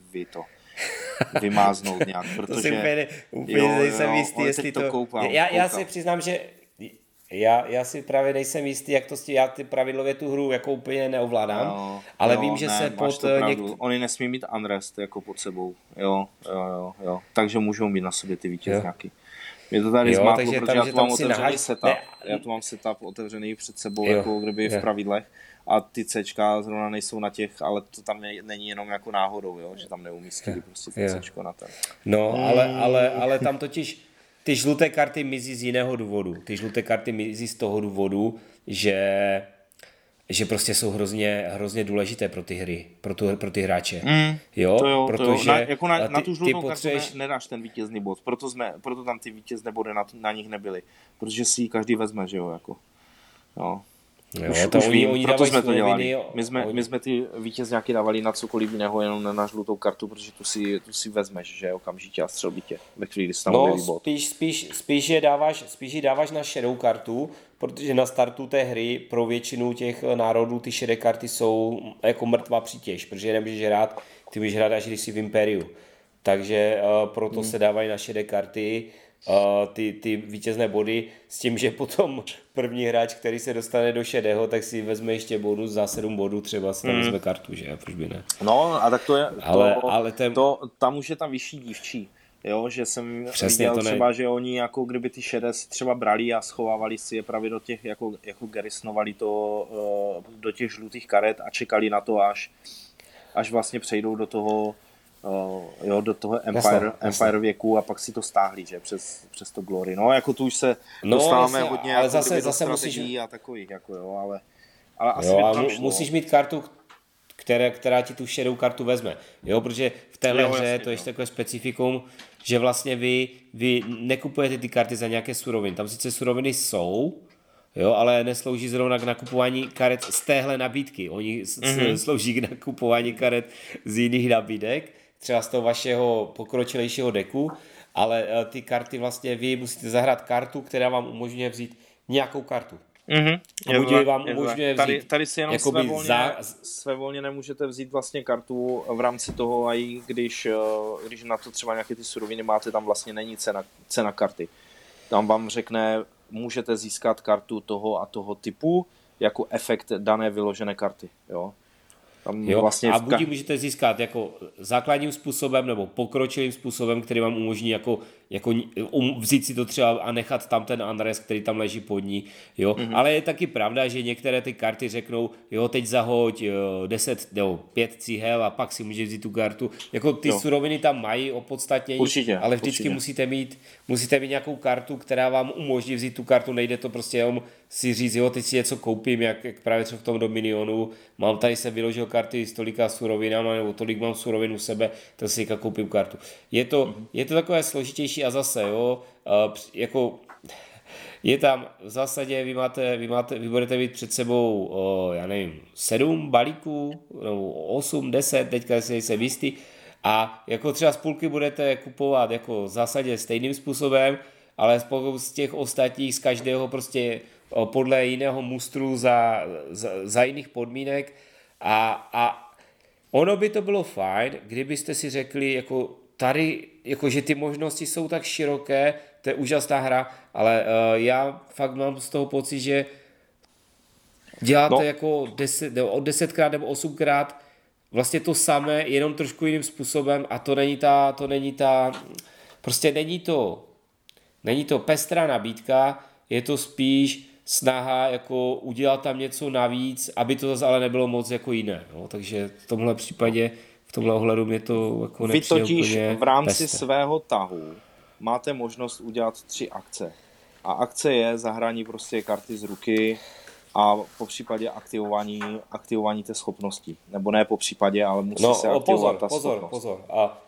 vymáznout nějak. Protože, to si úplně nejsem jistý, jestli to... Koupal. Já si přiznám, že já si právě nejsem jistý, jak to já ty pravidlově tu hru jako úplně neovládám, ale vím, že se pod... Oni nesmí mít unrest jako pod sebou, jo. Takže můžou mít na sobě ty vítězňáky. Mě to tady zmátlo, protože já tu mám otevřený setup. Já tu mám setup otevřený před sebou, jako kdyby v pravidlech. A ty Cčka zrovna nejsou na těch, ale to tam není jenom jako náhodou, jo, že tam neumístili prostě ty Cčko na ten. No, ale tam totiž ty žluté karty mizí z jiného důvodu. Ty žluté karty mizí z toho důvodu, že prostě jsou hrozně důležité pro ty hry, pro ty hráče. Jo, protože jako na tu žlutou kartu nedáš ten vítězný bod, proto tam ty vítězné body na nich nebyly, protože si ji každý vezme, že jo, jako. Jo. Už vím, proto jsme to dělali. My jsme ty vítězňáky dávali na cokoliv jiného, jenom na žlutou kartu, protože tu si vezmeš, že okamžitě a střelbí tě ve chvíli, kdy se tam objeví bod. Spíš ji dáváš na šedou kartu, protože na startu té hry pro většinu těch národů ty šedé karty jsou jako mrtvá přítěž, protože nemůžeš hrát, ty můžeš hrát až když jsi v Imperiu. Takže proto se dávají na šedé karty ty vítězné body s tím, že potom první hráč, který se dostane do šedého, tak si vezme ještě bonus za 7 bodů, třeba si tam vezme kartu, že? Proč by ne? No a tak to je, tam už je tam vyšší dívčí, jo, že jsem viděl třeba, že oni jako kdyby ty šedé si třeba brali a schovávali si je právě do těch, jako garisnovali to do těch žlutých karet a čekali na to, až vlastně přejdou do toho do toho Empire věku a pak si to stáhli, že, přes to Glory. No, jako tu už se dostáváme hodně ale jako zase musíš a takových, jako jo, ale asi musíš mít kartu, která ti tu šedou kartu vezme. Jo, protože v téhle hře je to ještě takové specifikum, že vlastně vy nekupujete ty karty za nějaké suroviny. Tam sice suroviny jsou, jo, ale neslouží zrovna k nakupování karet z téhle nabídky. Oni slouží k nakupování karet z jiných nabídek, třeba z toho vašeho pokročilejšího deku, ale ty karty vlastně vy musíte zahrát kartu, která vám umožňuje vzít nějakou kartu. A vám umožňuje vzít. Tady si jenom svévolně nemůžete vzít vlastně kartu v rámci toho, a i když na to třeba nějaké ty suroviny máte, tam vlastně není cena karty. Tam vám řekne, můžete získat kartu toho a toho typu jako efekt dané vyložené karty. Jo? Vlastně a buď můžete získat jako základním způsobem nebo pokročilým způsobem, který vám umožní jako vzít si to třeba a nechat tam ten unrest, který tam leží pod ní. Jo? Ale je taky pravda, že některé ty karty řeknou, jo, teď zahoď 10 nebo 5 cihel a pak si můžeš vzít tu kartu. Jako ty suroviny tam mají opodstatnění, ale vždycky musíte mít nějakou kartu, která vám umožní vzít tu kartu. Nejde to prostě jenom si říct, jo, teď si něco koupím, jak právě třeba v tom Dominionu, mám tady se vyložil karty s tolika surovinama, nebo tolik mám surovin u sebe, tak si koupím kartu. Je to takové složitější a zase, jo, jako je tam v zásadě, vy budete mít před sebou, já nevím, 7 balíků, nebo 8, 10, teďka si nejsem jistý, a jako třeba z půlky budete kupovat jako v zásadě stejným způsobem, ale z těch ostatních z každého prostě podle jiného mustru za jiných podmínek a ono by to bylo fajn, kdybyste si řekli, jako tady, jako že ty možnosti jsou tak široké, to je úžasná hra, ale já fakt mám z toho pocit, že děláte jako 10krát nebo 8krát vlastně to samé, jenom trošku jiným způsobem a to není ta, prostě není to pestrá nabídka, je to spíš snaha jako udělat tam něco navíc, aby to zase ale nebylo moc jako jiné. No? Takže v tomhle případě, v tomhle ohledu mě to jako nepřijde úplně Vy totiž v rámci svého tahu máte možnost udělat 3 akce. A akce je zahrání prostě karty z ruky a po případě aktivování té schopnosti. Nebo ne po případě, ale musí se aktivovat ta schopnost. Pozor.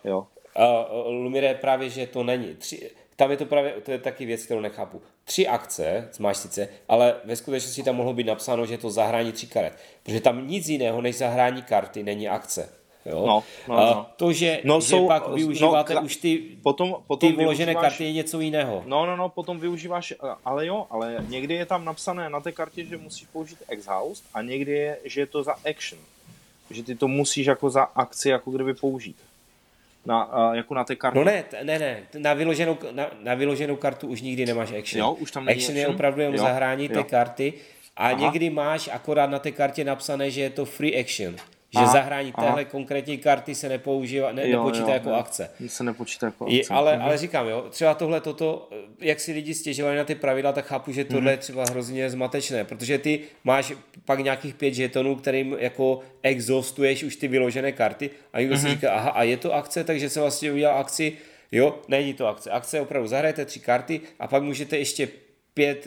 Lumire, právě, že to není. Tam je to právě, to je taky věc, kterou nechápu. 3 akce, máš sice, ale ve skutečnosti tam mohlo být napsáno, že je to zahrání 3 karet. Protože tam nic jiného, než zahrání karty, není akce. Jo? To, že pak využíváte už ty vložené karty, je něco jiného. Potom využíváš, ale někdy je tam napsané na té kartě, že musíš použít exhaust a někdy je, že je to za action. Že ty to musíš jako za akci jako kdyby použít. Jako na té kartě. No ne, na vyloženou kartu už nikdy nemáš action. Jo, už tam není action je opravdu jenom zahrání té karty a někdy máš akorát na té kartě napsané, že je to free action. Že zahrání téhle konkrétní karty se nepočítá jako akce. Se nepočítá jako akce. Ale říkám, jo, třeba toto, jak si lidi stěžovali na ty pravidla, tak chápu, že tohle je třeba hrozně zmatečné, protože ty máš pak nějakých 5 žetonů, kterým jako exhaustuješ už ty vyložené karty a někdo si říká, aha, a je to akce, takže se vlastně udělal akci. Jo, není to akce. Akce je opravdu, zahrajete 3 karty a pak můžete ještě 5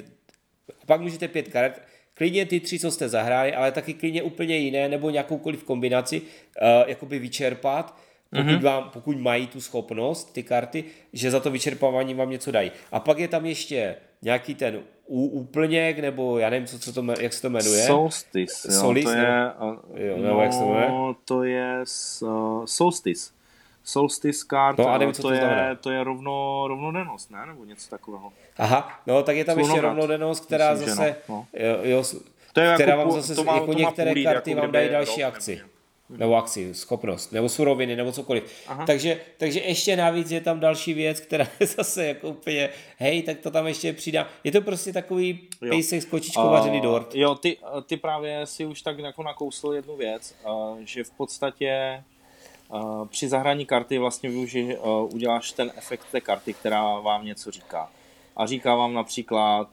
karet, klidně ty 3, co jste zahráli, ale taky klidně úplně jiné, nebo nějakoukoliv kombinaci jakoby vyčerpat, pokud mají tu schopnost, ty karty, že za to vyčerpávání vám něco dají. A pak je tam ještě nějaký ten úplněk, nebo já nevím, jak se to jmenuje. Solstice. To je Solstice. Solstice card, to je rovnodennost, ne? Nebo něco takového. Aha, no tak je tam ještě rovnodennost, která myslím, zase, to je která vám zase, jako některé karty vám dají další akci. Nebo akci, schopnost, nebo suroviny, nebo cokoliv. Takže ještě navíc je tam další věc, která je zase jako úplně, hej, tak to tam ještě přidám. Je to prostě takový pejsek s kočičkou vařený dort. Jo, ty právě si už tak jako nakousl jednu věc, že v podstatě při zahrání karty vlastně uděláš ten efekt té karty, která vám něco říká. A říká vám například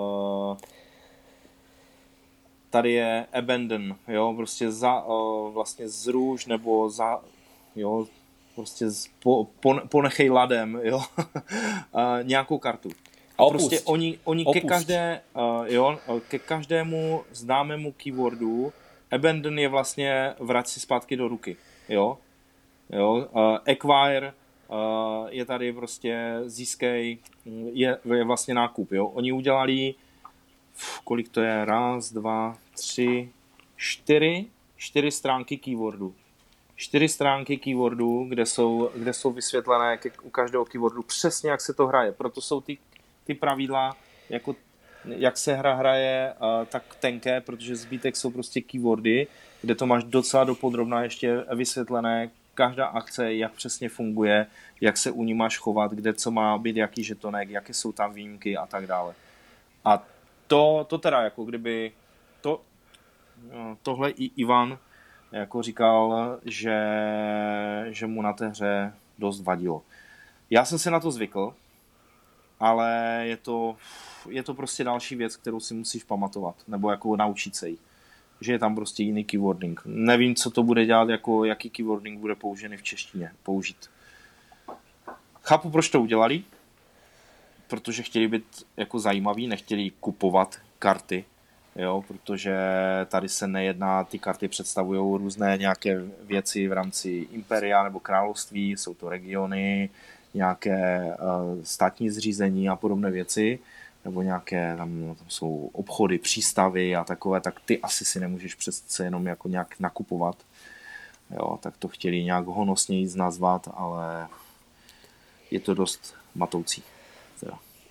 tady je abandon, jo, prostě vlastně zruš nebo prostě ponechej ladem, jo, nějakou kartu. A prostě oni ke každému známému keywordu Abandon je vlastně vrať si zpátky do ruky, jo. Acquire je tady prostě získej, je vlastně nákup, jo. Oni udělali, kolik to je, 1, 2, 3, 4 stránky keywordů. 4 stránky keywordů, kde jsou vysvětlené u každého keywordu přesně, jak se to hraje. Proto jsou ty pravidla, jako jak se hra hraje, tak tenké, protože zbytek jsou prostě keywordy, kde to máš docela dopodrobna ještě vysvětlené, každá akce, jak přesně funguje, jak se u ní máš chovat, kde co má být, jaký žetonek, jaké jsou tam výjimky a tak dále. A to teda, jako kdyby tohle i Ivan jako říkal, že mu na té hře dost vadilo. Já jsem se na to zvykl, ale je to prostě další věc, kterou si musíš pamatovat, nebo jako naučit se jí. Že je tam prostě jiný keywording. Nevím, co to bude dělat, jako jaký keywording bude použený v češtině použít. Chápu, proč to udělali, protože chtěli být jako zajímaví, nechtěli kupovat karty, jo, protože tady se nejedná, ty karty představují různé nějaké věci v rámci imperia nebo království, jsou to regiony, nějaké státní zřízení a podobné věci, nebo nějaké, tam jsou obchody, přístavy a takové, tak ty asi si nemůžeš přece jenom jako nějak nakupovat. Jo, tak to chtěli nějak honosněji nazvat, ale je to dost matoucí. Teda.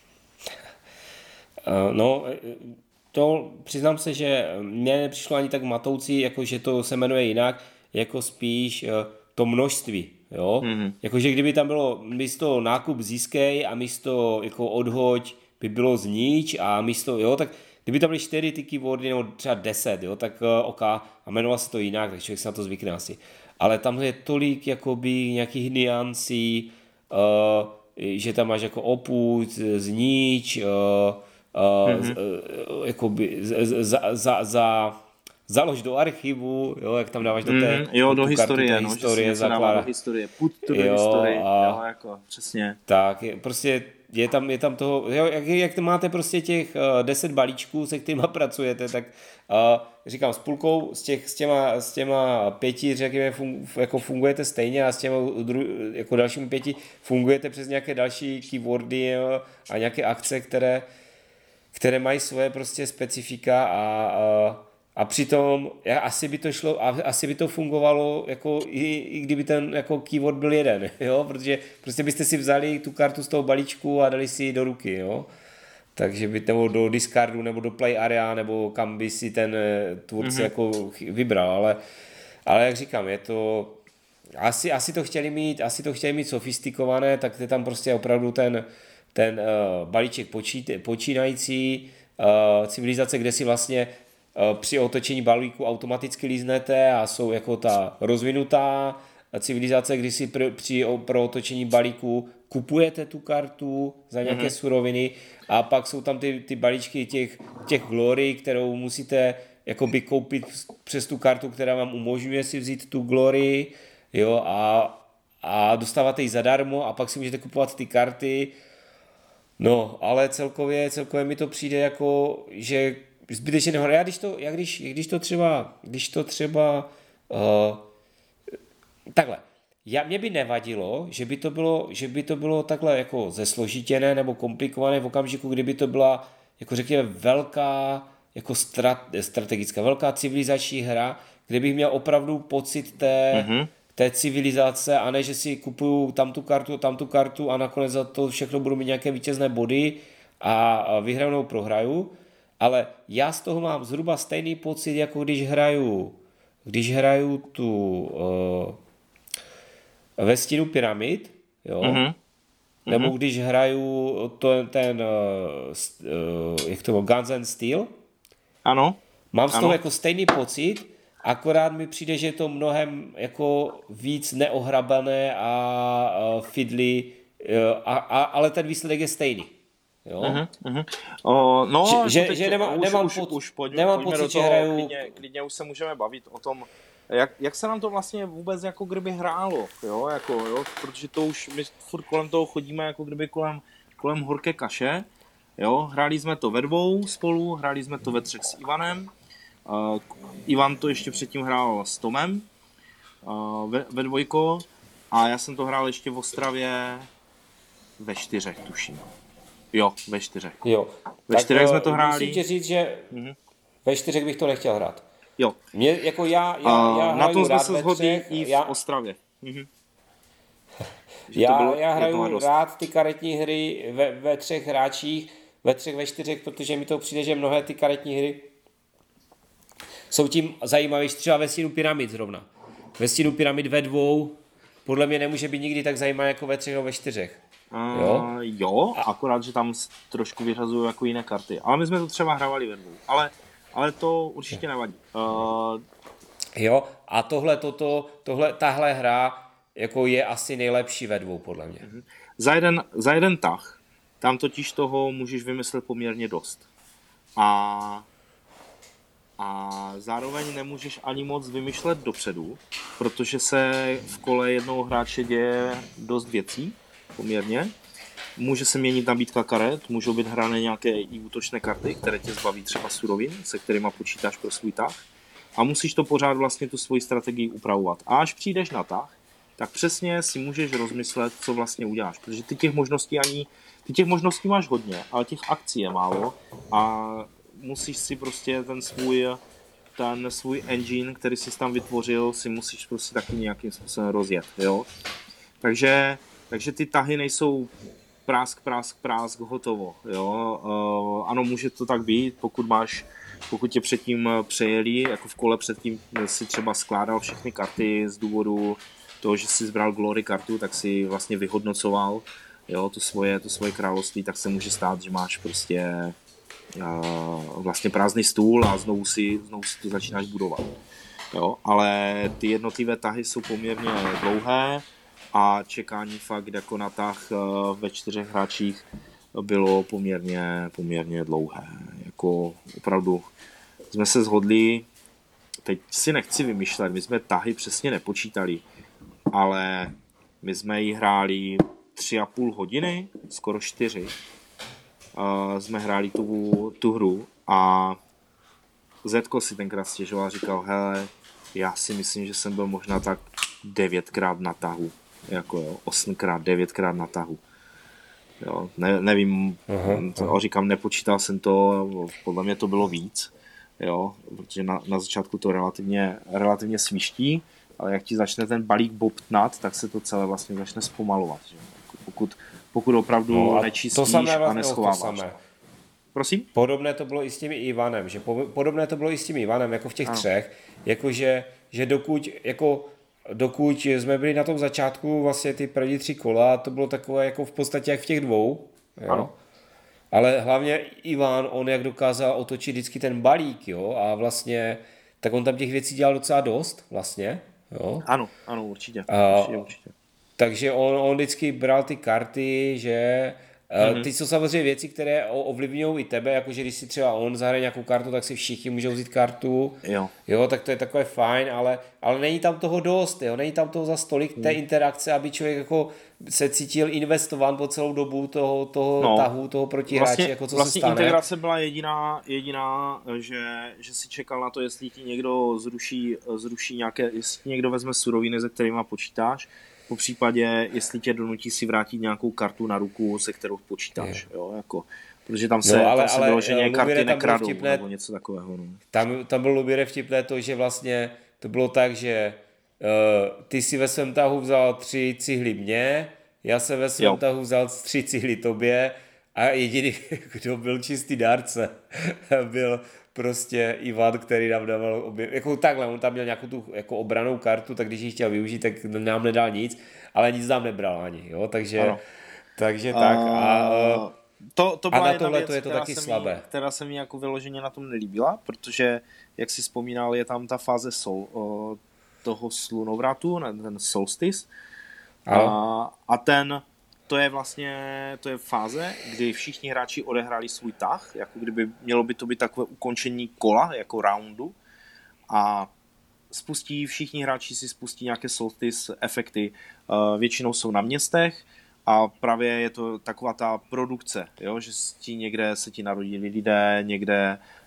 No, to přiznám se, že mně nepřišlo ani tak matoucí, jako že to se jmenuje jinak, jako spíš to množství. Jo? Mm-hmm. Jakože kdyby tam bylo místo nákup získej a místo jako odhoď by bylo znič a místo, jo, tak kdyby tam byly 4 ty keywordy nebo třeba 10, jo, tak OK, a jmenoval se to jinak, tak člověk se na to zvykne asi. Ale tam je tolik jakoby nějakých niancí, že tam máš jako opuť, znič, jakoby založ do archivu, jo, jak tam dáváš do té do historie, kartu, historie zakládá. Do historie, put to do historie, jo, jako, přesně. Tak, prostě je tam toho, jo, jak máte prostě těch 10 balíčků, se kterýma pracujete, tak říkám, s půlkou s těma 5, řekněme, jako fungujete stejně a s těma jako dalšími 5 fungujete přes nějaké další keywordy, jo, a nějaké akce, které mají svoje prostě specifika a přitom asi by to fungovalo jako i kdyby ten jako keyword byl jeden, jo, protože prostě byste si vzali tu kartu z toho balíčku a dali si ji do ruky, jo. Takže by nebo do discardu nebo do play area nebo kam by si ten tvůrce jako vybral, ale jak říkám, je to asi to chtěli mít sofistikované, tak je tam prostě opravdu ten balíček počínající civilizace, kde si vlastně při otočení balíku automaticky líznete a jsou jako ta rozvinutá civilizace, kdy si pro otočení balíku kupujete tu kartu za nějaké suroviny a pak jsou tam ty balíčky těch glory, kterou musíte jakoby koupit přes tu kartu, která vám umožňuje si vzít tu glory, jo, a dostáváte ji zadarmo a pak si můžete kupovat ty karty. No, ale celkově mi to přijde jako, že zbytečně nehodně. Když to třeba takhle. Mně by nevadilo, že by to bylo takhle jako zesložitěné nebo komplikované v okamžiku, kdyby to byla, jako řekněme, velká jako strategická, velká civilizační hra, kde bych měl opravdu pocit té civilizace a ne, že si kupuju tamtu kartu a nakonec za to všechno budu mít nějaké vítězné body a vyhraju nebo prohraju. Ale já z toho mám zhruba stejný pocit, jako když hraju tu ve stínu pyramid, jo? Nebo když hraju jak to bylo, Guns and Steel. Ano. Mám z toho jako stejný pocit, akorát mi přijde, že je to mnohem jako víc neohrabané a fiddly, ale ten výsledek je stejný. Jo? Nemám pocit, že hraju... Klidně už se můžeme bavit o tom, jak se nám to vlastně vůbec jako kdyby hrálo, jo? Protože to už my furt kolem toho chodíme jako kdyby kolem horké kaše, jo? Hráli jsme to ve 2 spolu, hráli jsme to ve 3 s Ivanem, Ivan to ještě předtím hrál s Tomem ve dvojko a já jsem to hrál ještě v Ostravě ve 4, tuším. Jo, ve 4. Jo. Ve 4 jsme to hráli. Musím ti říct, že ve 4 bych to nechtěl hrát. Jo. Mě, jako já na tom jsme rád se shodli i v Ostravě. Já hraju rád ty karetní hry ve 3 hráčích, ve 3, ve 4, protože mi to přijde, že mnohé ty karetní hry jsou tím zajímavější, třeba ve Stínu pyramid zrovna. Ve Stínu pyramid ve 2 podle mě nemůže být nikdy tak zajímavé jako ve 3 nebo ve 4. Jo, akorát, že tam trošku vyřazují jako jiné karty. Ale my jsme to třeba hrávali ve 2. Ale to určitě nevadí. Jo, a tahle hra jako je asi nejlepší ve 2 podle mě. Za jeden tah, tam totiž toho můžeš vymyslet poměrně dost. A zároveň nemůžeš ani moc vymýšlet dopředu, protože se v kole jednoho hráče děje dost věcí, poměrně. Může se měnit nabídka karet, můžou být hrané nějaké i útočné karty, které tě zbaví třeba surovin, se kterými počítáš pro svůj tah. A musíš to pořád vlastně tu svoji strategii upravovat. A až přijdeš na tah, tak přesně si můžeš rozmyslet, co vlastně uděláš. Protože ty těch možností máš hodně, ale těch akcí je málo a musíš si prostě ten svůj engine, který jsi tam vytvořil, si musíš prostě taky nějakým způsobem rozjet. Jo? Takže ty tahy nejsou prásk, hotovo. Jo? Ano, může to tak být, pokud tě předtím přejeli, jako v kole předtím si třeba skládal všechny karty z důvodu toho, že jsi zbral glory kartu, tak si vlastně vyhodnocoval, jo, to svoje království, tak se může stát, že máš prostě vlastně prázdný stůl a znovu si to začínáš budovat. Jo, ale ty jednotlivé tahy jsou poměrně dlouhé a čekání fakt jako na tah ve 4 hráčích bylo poměrně dlouhé. Jako opravdu jsme se shodli, teď si nechci vymýšlet, my jsme tahy přesně nepočítali, ale my jsme ji hráli 3,5 hodiny, skoro 4. Jsme hráli tu hru a Zetko si tenkrát stěžoval a říkal, hele, já si myslím, že jsem byl možná tak 9krát na tahu, jako jo, 8krát, 9krát na tahu. Jo, nevím, říkám, nepočítal jsem to, podle mě to bylo víc, jo, protože na začátku to relativně sviští, ale jak ti začne ten balík bobtnat, tak se to celé vlastně začne zpomalovat, že? Pokud opravdu nečistíš a neschováváš. Prosím? Podobné to bylo i s tím Ivanem, jako v těch 3, jakože dokud jsme byli na tom začátku, vlastně ty první 3 kola, to bylo takové jako v podstatě jak v těch 2, jo? Ano. Ale hlavně Ivan, on jak dokázal otočit vždycky ten balík, jo, a vlastně, tak on tam těch věcí dělal docela dost, vlastně, jo. Ano, určitě. Takže on vždycky bral ty karty, že ty jsou samozřejmě věci, které ovlivňují i tebe, jakože když si třeba on zahraje nějakou kartu, tak si všichni můžou vzít kartu, jo, tak to je takové fajn, ale není tam toho dost, jo, není tam toho za stolik té interakce, aby člověk jako se cítil investován po celou dobu toho tahu, toho protihráče, vlastně, jako co vlastně se stane. Integrace byla jediná, že si čekal na to, jestli ti někdo zruší nějaké, jestli ti někdo vezme suroviny, se kterými počítáš, po případě, jestli tě donutí si vrátit nějakou kartu na ruku, se kterou počítáš, jo, jako, protože tam se vyloženě karty nekradou, nebo něco takového. No. Tam bylo Lubire vtipné to, že vlastně to bylo tak, že ty si ve svém tahu vzal 3 cihly mě, já jsem ve svém tahu vzal 3 cihly tobě a jediný, kdo byl čistý dárce, byl prostě Ivan, který nám dával jako takhle, on tam měl nějakou tu jako obranou kartu, tak když ji chtěl využít, tak nám nedal nic, ale nic nám nebral ani, jo, takže tak to byla a jedna věc, je to taky slabé. Která se mi jako vyloženě na tom nelíbila, protože, jak jsi vzpomínal, je tam ta fáze toho slunovratu, ten solstice, a to je fáze, kdy všichni hráči odehráli svůj tah, jako kdyby mělo by to být takové ukončení kola, jako roundu, a všichni hráči si spustí nějaké solstice efekty, většinou jsou na městech a právě je to taková ta produkce, jo? Že někde se ti narodili lidé, někde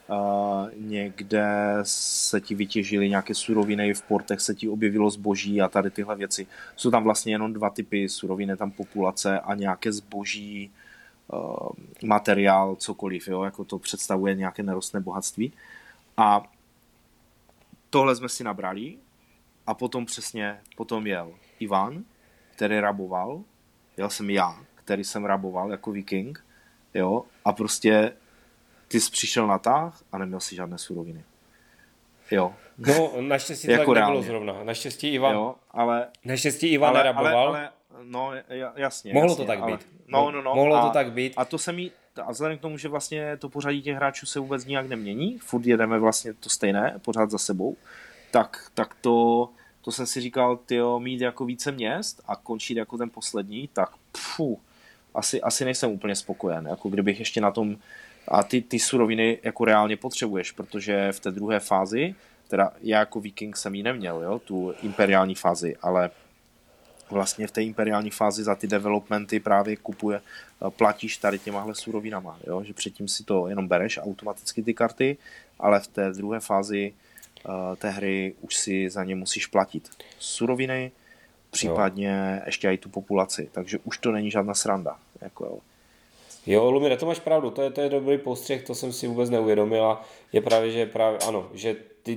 někde se ti vytěžily nějaké suroviny, v portech se ti objevilo zboží a tady tyhle věci. Jsou tam vlastně jenom 2 typy suroviny, tam populace a nějaké zboží, materiál, cokoliv, jo? Jako to představuje nějaké nerostné bohatství. A tohle jsme si nabrali a potom jel Ivan, který raboval, jel jsem já, který jsem raboval jako viking, jo, a prostě ty jsi přišel na tah a neměl si žádné suroviny. Jo. No, naštěstí to jako tak nebylo zrovna. Naštěstí Ivan neraboval. Ale, no, jasně. Mohlo jasně, to tak ale, být. Mohlo to tak být. A to se mi, a vzhledem k tomu, že vlastně to pořadí těch hráčů se vůbec nijak nemění, furt jedeme vlastně to stejné, pořád za sebou, tak to jsem si říkal, tyjo, mít jako více měst a končit jako ten poslední, tak asi nejsem úplně spokojen, jako kdybych ještě na tom, a ty suroviny jako reálně potřebuješ, protože v té druhé fázi, teda já jako viking jsem ji neměl, jo, tu imperiální fázi, ale vlastně v té imperiální fázi za ty developmenty právě platíš tady těmahle surovinama, jo, že předtím si to jenom bereš automaticky ty karty, ale v té druhé fázi té hry už si za ně musíš platit suroviny, případně ještě i tu populaci, takže už to není žádná sranda. Jako, jo, Lumire, to máš pravdu, to je dobrý postřeh, to jsem si vůbec neuvědomil a je právě, že ano, že ty,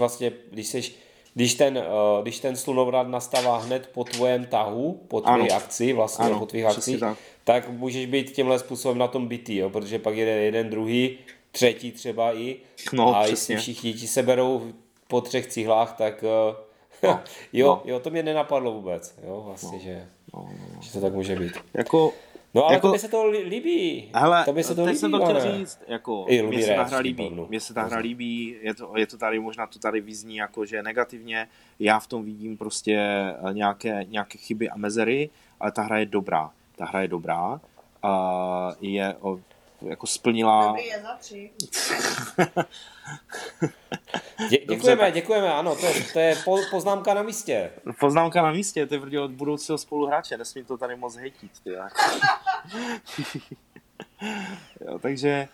když ten slunovrat nastává hned po tvém tahu, po tvojí akci, vlastně po tvých akcích, tak můžeš být tímhle způsobem na tom bitý, jo, protože pak jede jeden, druhý, třetí třeba i a jestli všichni ti seberou po 3 cihlách, tak jo, to mě nenapadlo vůbec, jo, vlastně, že to tak může být. No ale to by se to líbí. Hele, to by se to líbí, jsem to chtěl říct, jako, mně se ta hra líbí, je to tady, možná to tady vyzní jako, že negativně, já v tom vidím prostě nějaké chyby a mezery, ale ta hra je dobrá, jako splnila... Dobrý je za 3. Děkujeme, ano, to je poznámka na místě. Poznámka na místě, to je vrdě od budoucího spoluhráče, nesmím to tady moc hejtit. Jo, takže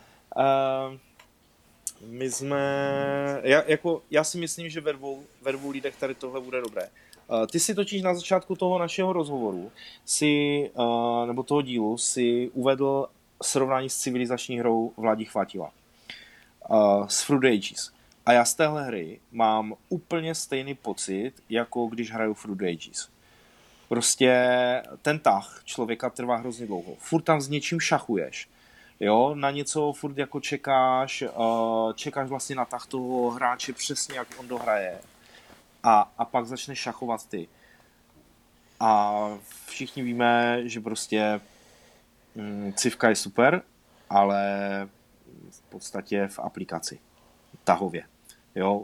my jsme... Já si myslím, že ve dvou lidech tady tohle bude dobré. Ty si totiž na začátku toho našeho rozhovoru nebo toho dílu si uvedl srovnání s civilizační hrou Vladi Chvátila. S Through the Ages. A já z téhle hry mám úplně stejný pocit, jako když hraju Through the Ages. Prostě ten tah člověka trvá hrozně dlouho. Furt tam s něčím šachuješ. Jo, na něco furt jako čekáš vlastně na tah toho hráče přesně, jak on dohraje. A pak začneš šachovat ty. A všichni víme, že prostě civka je super, ale v podstatě v aplikaci. Tahově. Jo,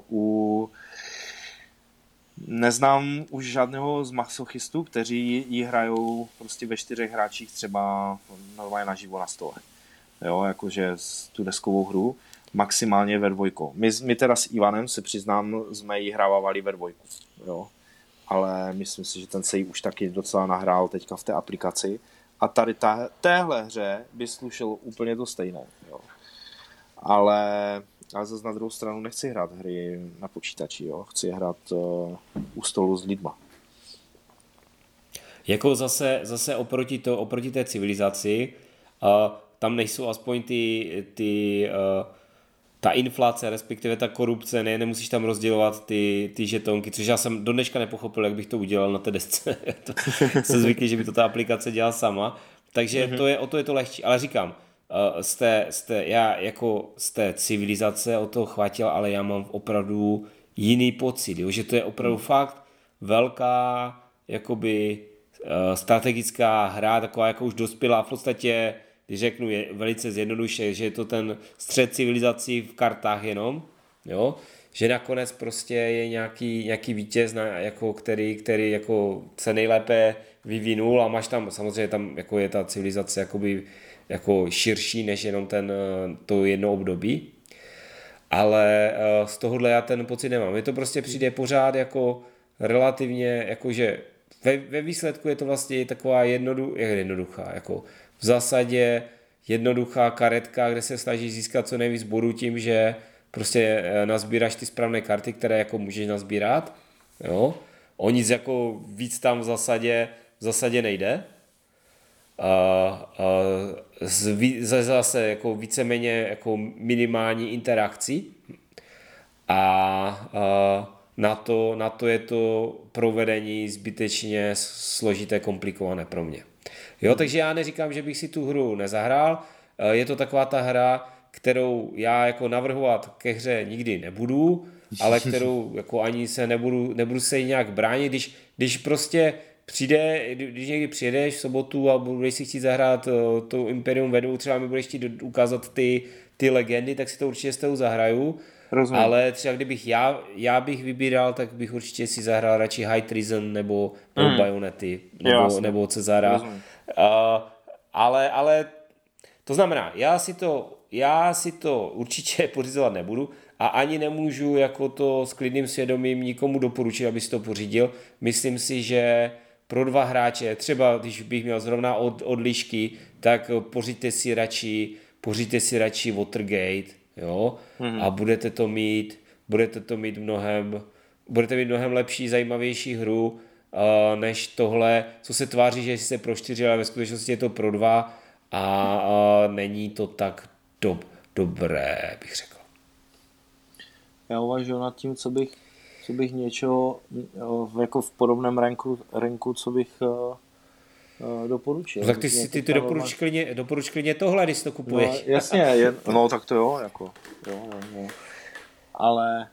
neznám už žádného z masochistů, kteří ji hrajou prostě ve 4 hráčích třeba normálně naživo na stole. Jo, jakože tu deskovou hru, maximálně ve 2. My teda s Ivanem, se přiznám, jsme ji hrávali ve 2. Jo, ale myslím si, že ten se jí už taky docela nahrál teďka v té aplikaci. A tady téhle hře by slušelo úplně to stejné. Jo. Ale zase na druhou stranu nechci hrát hry na počítači. Jo. Chci hrát u stolu s lidma. Jako zase oproti té civilizaci, tam nejsou aspoň ta inflace, respektive ta korupce, nemusíš tam rozdělovat ty žetonky, což já jsem do dneška nepochopil, jak bych to udělal na té desce. Jsem zvyklý, že by to ta aplikace dělala sama. Takže to je to lehčí. Ale říkám, já jako z té civilizace o toho chvátil, ale já mám opravdu jiný pocit, jo? Že to je opravdu fakt velká jakoby strategická hra, taková jako už dospělá v podstatě, když řeknu je velice zjednoduše, že je to ten střed civilizací v kartách jenom, jo? Že nakonec prostě je nějaký vítěz, jako který jako se nejlépe vyvinul a máš tam, samozřejmě tam jako je ta civilizace jakoby, jako širší než jenom to jedno období, ale z tohohle já ten pocit nemám. Mně to prostě přijde pořád jako relativně, jakože ve výsledku je to vlastně taková jednoduchá, jako v zásadě jednoduchá karetka, kde se snažíš získat co nejvíc bodů tím, že prostě nazbíráš ty správné karty, které jako můžeš nazbírat. Jo? O nic jako víc tam v zásadě nejde. Zase jako víceméně jako minimální interakcí a na to je to provedení zbytečně složité, komplikované pro mě. Jo, takže já neříkám, že bych si tu hru nezahrál, je to taková ta hra, kterou já jako navrhovat ke hře nikdy nebudu, ale kterou jako ani se nebudu se jí nějak bránit, když prostě když někdy přijedeš v sobotu a budeš si chtít zahrát to Imperium Vedu, třeba mi budeš chtít ukázat ty legendy, tak si to určitě s tou zahraju. Rozumím. Ale třeba kdybych já bych vybíral, tak bych určitě si zahrál radši High Treason nebo Bayonety nebo Cezara. Ale to znamená, já si to určitě pořizovat nebudu a ani nemůžu jako to s klidným svědomím nikomu doporučit, aby si to pořídil. Myslím si, že pro 2 hráče, třeba když bych měl zrovna odlišky, tak pořiďte si radši Watergate, jo, a budete mít mnohem lepší, zajímavější hru, než tohle, co se tváří, že se pro 4, ale ve skutečnosti je to pro 2 a není to tak dobré, bych řekl. Já uvažuji nad tím, co bych něčeho jako v podobném ranku, co bych doporučil. Tak ty doporuč klidně tohle, když to kupuješ. No, jasně, no tak to jo, jako, jo. Ale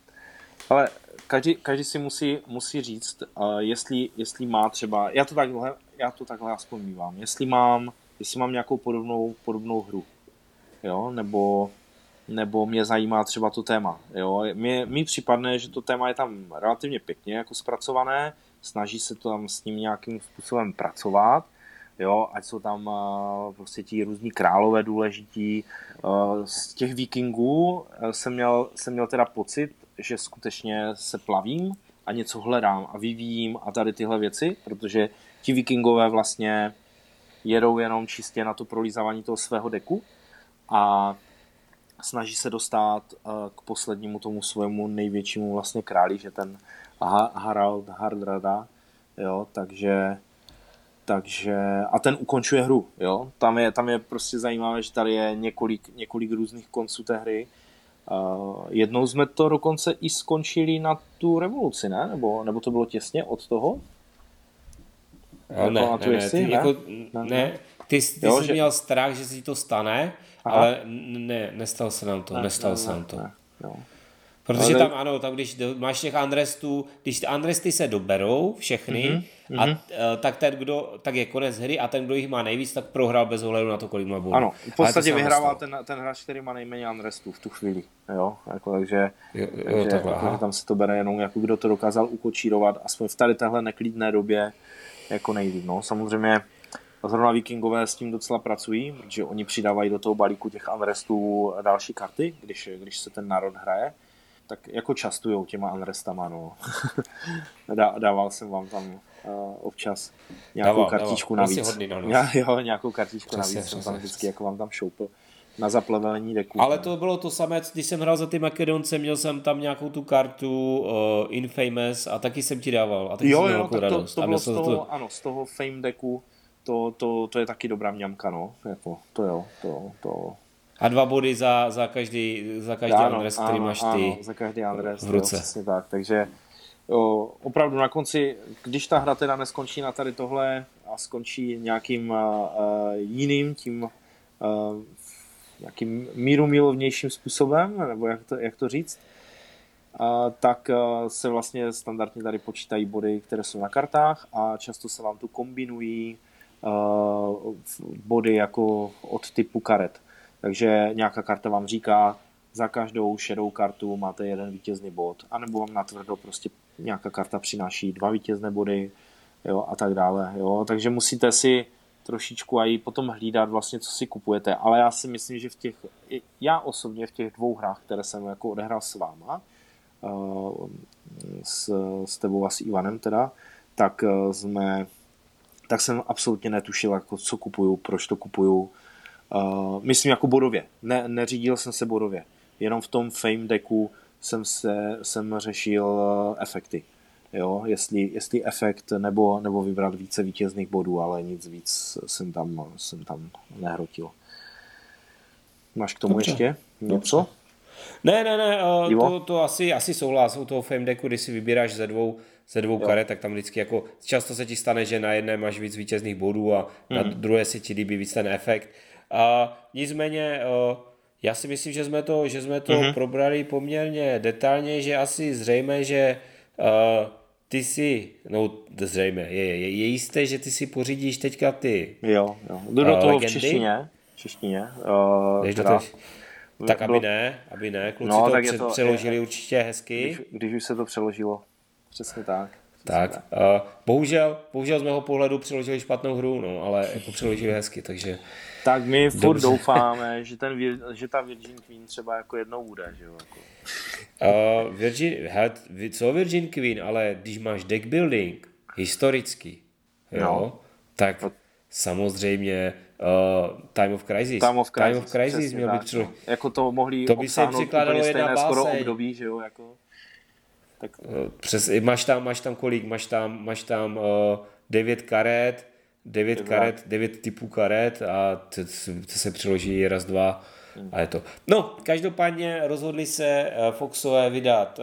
každý si musí říct, jestli má třeba, já to takhle aspoň mívám, jestli mám nějakou podobnou hru, jo, nebo mě zajímá třeba to téma, jo. Mně připadne, že to téma je tam relativně pěkně jako zpracované, snaží se to tam s ním nějakým způsobem pracovat, jo, ať jsou tam prostě ti různí králové důležití. Z těch vikingů jsem měl teda pocit, že skutečně se plavím a něco hledám a vyvíjím a tady tyhle věci, protože ti vikingové vlastně jedou jenom čistě na to prolízávání toho svého deku a snaží se dostat k poslednímu tomu svému největšímu vlastně králi, že ten Harald Hardrada, jo, takže a ten ukončuje hru, jo, tam je prostě zajímavé, že tady je několik různých konců té hry. Jednou jsme to dokonce i skončili na tu revoluci, ne? Nebo to bylo těsně od toho? Ne. Ty jsi měl strach, že si to stane, ale nestalo se nám to. Jo. Protože tam když máš těch Unrestů, když ty Unresty se doberou všechny, tak je konec hry a ten, kdo jich má nejvíc, tak prohrál bez ohledu na to, kolik má bodů. Ano, v podstatě vyhrává ten hráč, který má nejméně Unrestů v tu chvíli. Jo, jako, takže tam se to bere jenom, jako kdo to dokázal ukočírovat, aspoň v tady téhle neklidné době jako nejvíc. No, samozřejmě zrovna vikingové s tím docela pracují, protože oni přidávají do toho balíku těch Unrestů další karty, když se ten národ hraje. Tak jako častujou těma Unrestama, no. Dával jsem vám tam občas nějakou kartičku navíc. Nějakou kartičku navíc jsem tam vždycky jako vám tam šoupil na zaplevelení deku. Ale to bylo to samé, když jsem hrál za ty Makedonce, měl jsem tam nějakou tu kartu Infamous a taky jsem ti dával. A taky jsem měl radost. To bylo z toho Fame deku, to je taky dobrá mňamka, no. Jako, to. A 2 body za každý Unrest, který máš ty za každý Unrest, v ruce. Přesně tak, takže opravdu na konci, když ta hra teda neskončí na tady tohle a skončí nějakým jiným tím nějakým mírumilovnějším způsobem, nebo jak to říct, tak se vlastně standardně tady počítají body, které jsou na kartách a často se vám tu kombinují body jako od typu karet. Takže nějaká karta vám říká, za každou šedou kartu máte 1 vítězný bod, anebo vám natvrdo prostě nějaká karta přináší 2 vítězné body, jo, a tak dále. Jo. Takže musíte si trošičku i potom hlídat vlastně, co si kupujete. Ale já si myslím, že já osobně v těch 2 hrách, které jsem jako odehrál s váma, s tebou a s Ivanem teda, tak jsem absolutně netušil, jako co kupuju, proč to kupuju. Myslím jako bodově. Neřídil jsem se bodově. Jenom v tom Fame decku jsem řešil efekty. Jo, jestli efekt nebo vybrat více vítězných bodů, ale nic víc jsem tam nehrotil. Máš k tomu Dobře. ještě něco? Ne, to asi souhlas u toho Fame decku, když si vybíráš ze dvou karet, tak tam vždycky jako často se ti stane, že na jedné máš víc vítězných bodů a na druhé se ti líbí víc ten efekt. Nicméně já si myslím, že jsme to probrali poměrně detailně, že asi zřejmě, že ty si, no zřejmě, je jisté, že ty si pořídíš teďka ty Jo. Jdu do toho legendy? v češtině. Tak aby ne, kluci to přeložili určitě hezky. Když už se to přeložilo, přesně tak. Tak, bohužel z mého pohledu přeložili špatnou hru, no, ale jako přeložili hezky, takže... Tak my furt doufáme, že ta Virgin Queen třeba jako jednou bude, že jo? Jako. Co Virgin Queen, ale když máš deck building historicky, jo, tak samozřejmě Time of Crisis měl být no. Jako to mohli to by se přikládalo jedna skoro báseň. období, že jo, jako. Tak. Máš tam kolik? Máš tam 9 karet, 9 typů karet a to se přeloží raz, dva a je to. No, každopádně rozhodli se Foxové vydat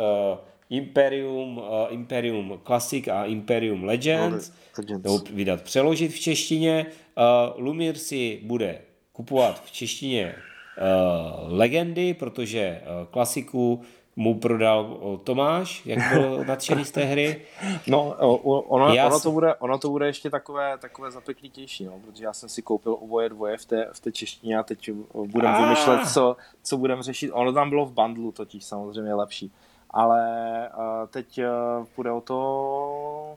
Imperium Classic a Imperium Legends. Vydat přeložit v češtině. Lumír si bude kupovat v češtině Legendy, protože klasiku mu prodal Tomáš, jak byl nadšený z té hry. No, ono to bude ještě takové zapeklitější, no, protože já jsem si koupil oboje dvoje v té češtině a teď budeme vymýšlet, co budeme řešit. Ono tam bylo v bundlu totiž samozřejmě lepší. Ale teď půjde o to...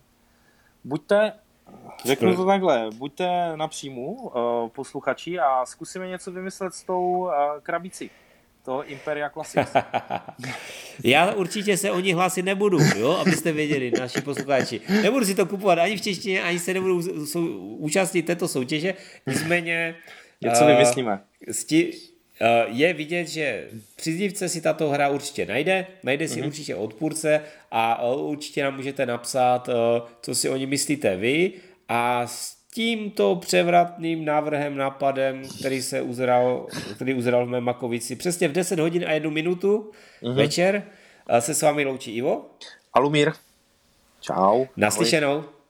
Řeknu to takhle, buďte napříjmu posluchači a zkusíme něco vymyslet s tou krabicí toho Imperia Classics. Já určitě se o ní hlásit nebudu, jo, abyste věděli, naši posluchači. Nebudu si to kupovat ani v češtině, ani se nebudu účastnit této soutěže, nicméně něco vymyslíme. Je vidět, že příznivce si tato hra určitě najde si určitě odpůrce a určitě nám můžete napsat, co si o ní myslíte vy a s tímto převratným návrhem, nápadem, který uzeral v mé Makovici přesně v 10 hodin a 1 minutu večer, se s vámi loučí Ivo a Lumír. Čau. Naslyšenou.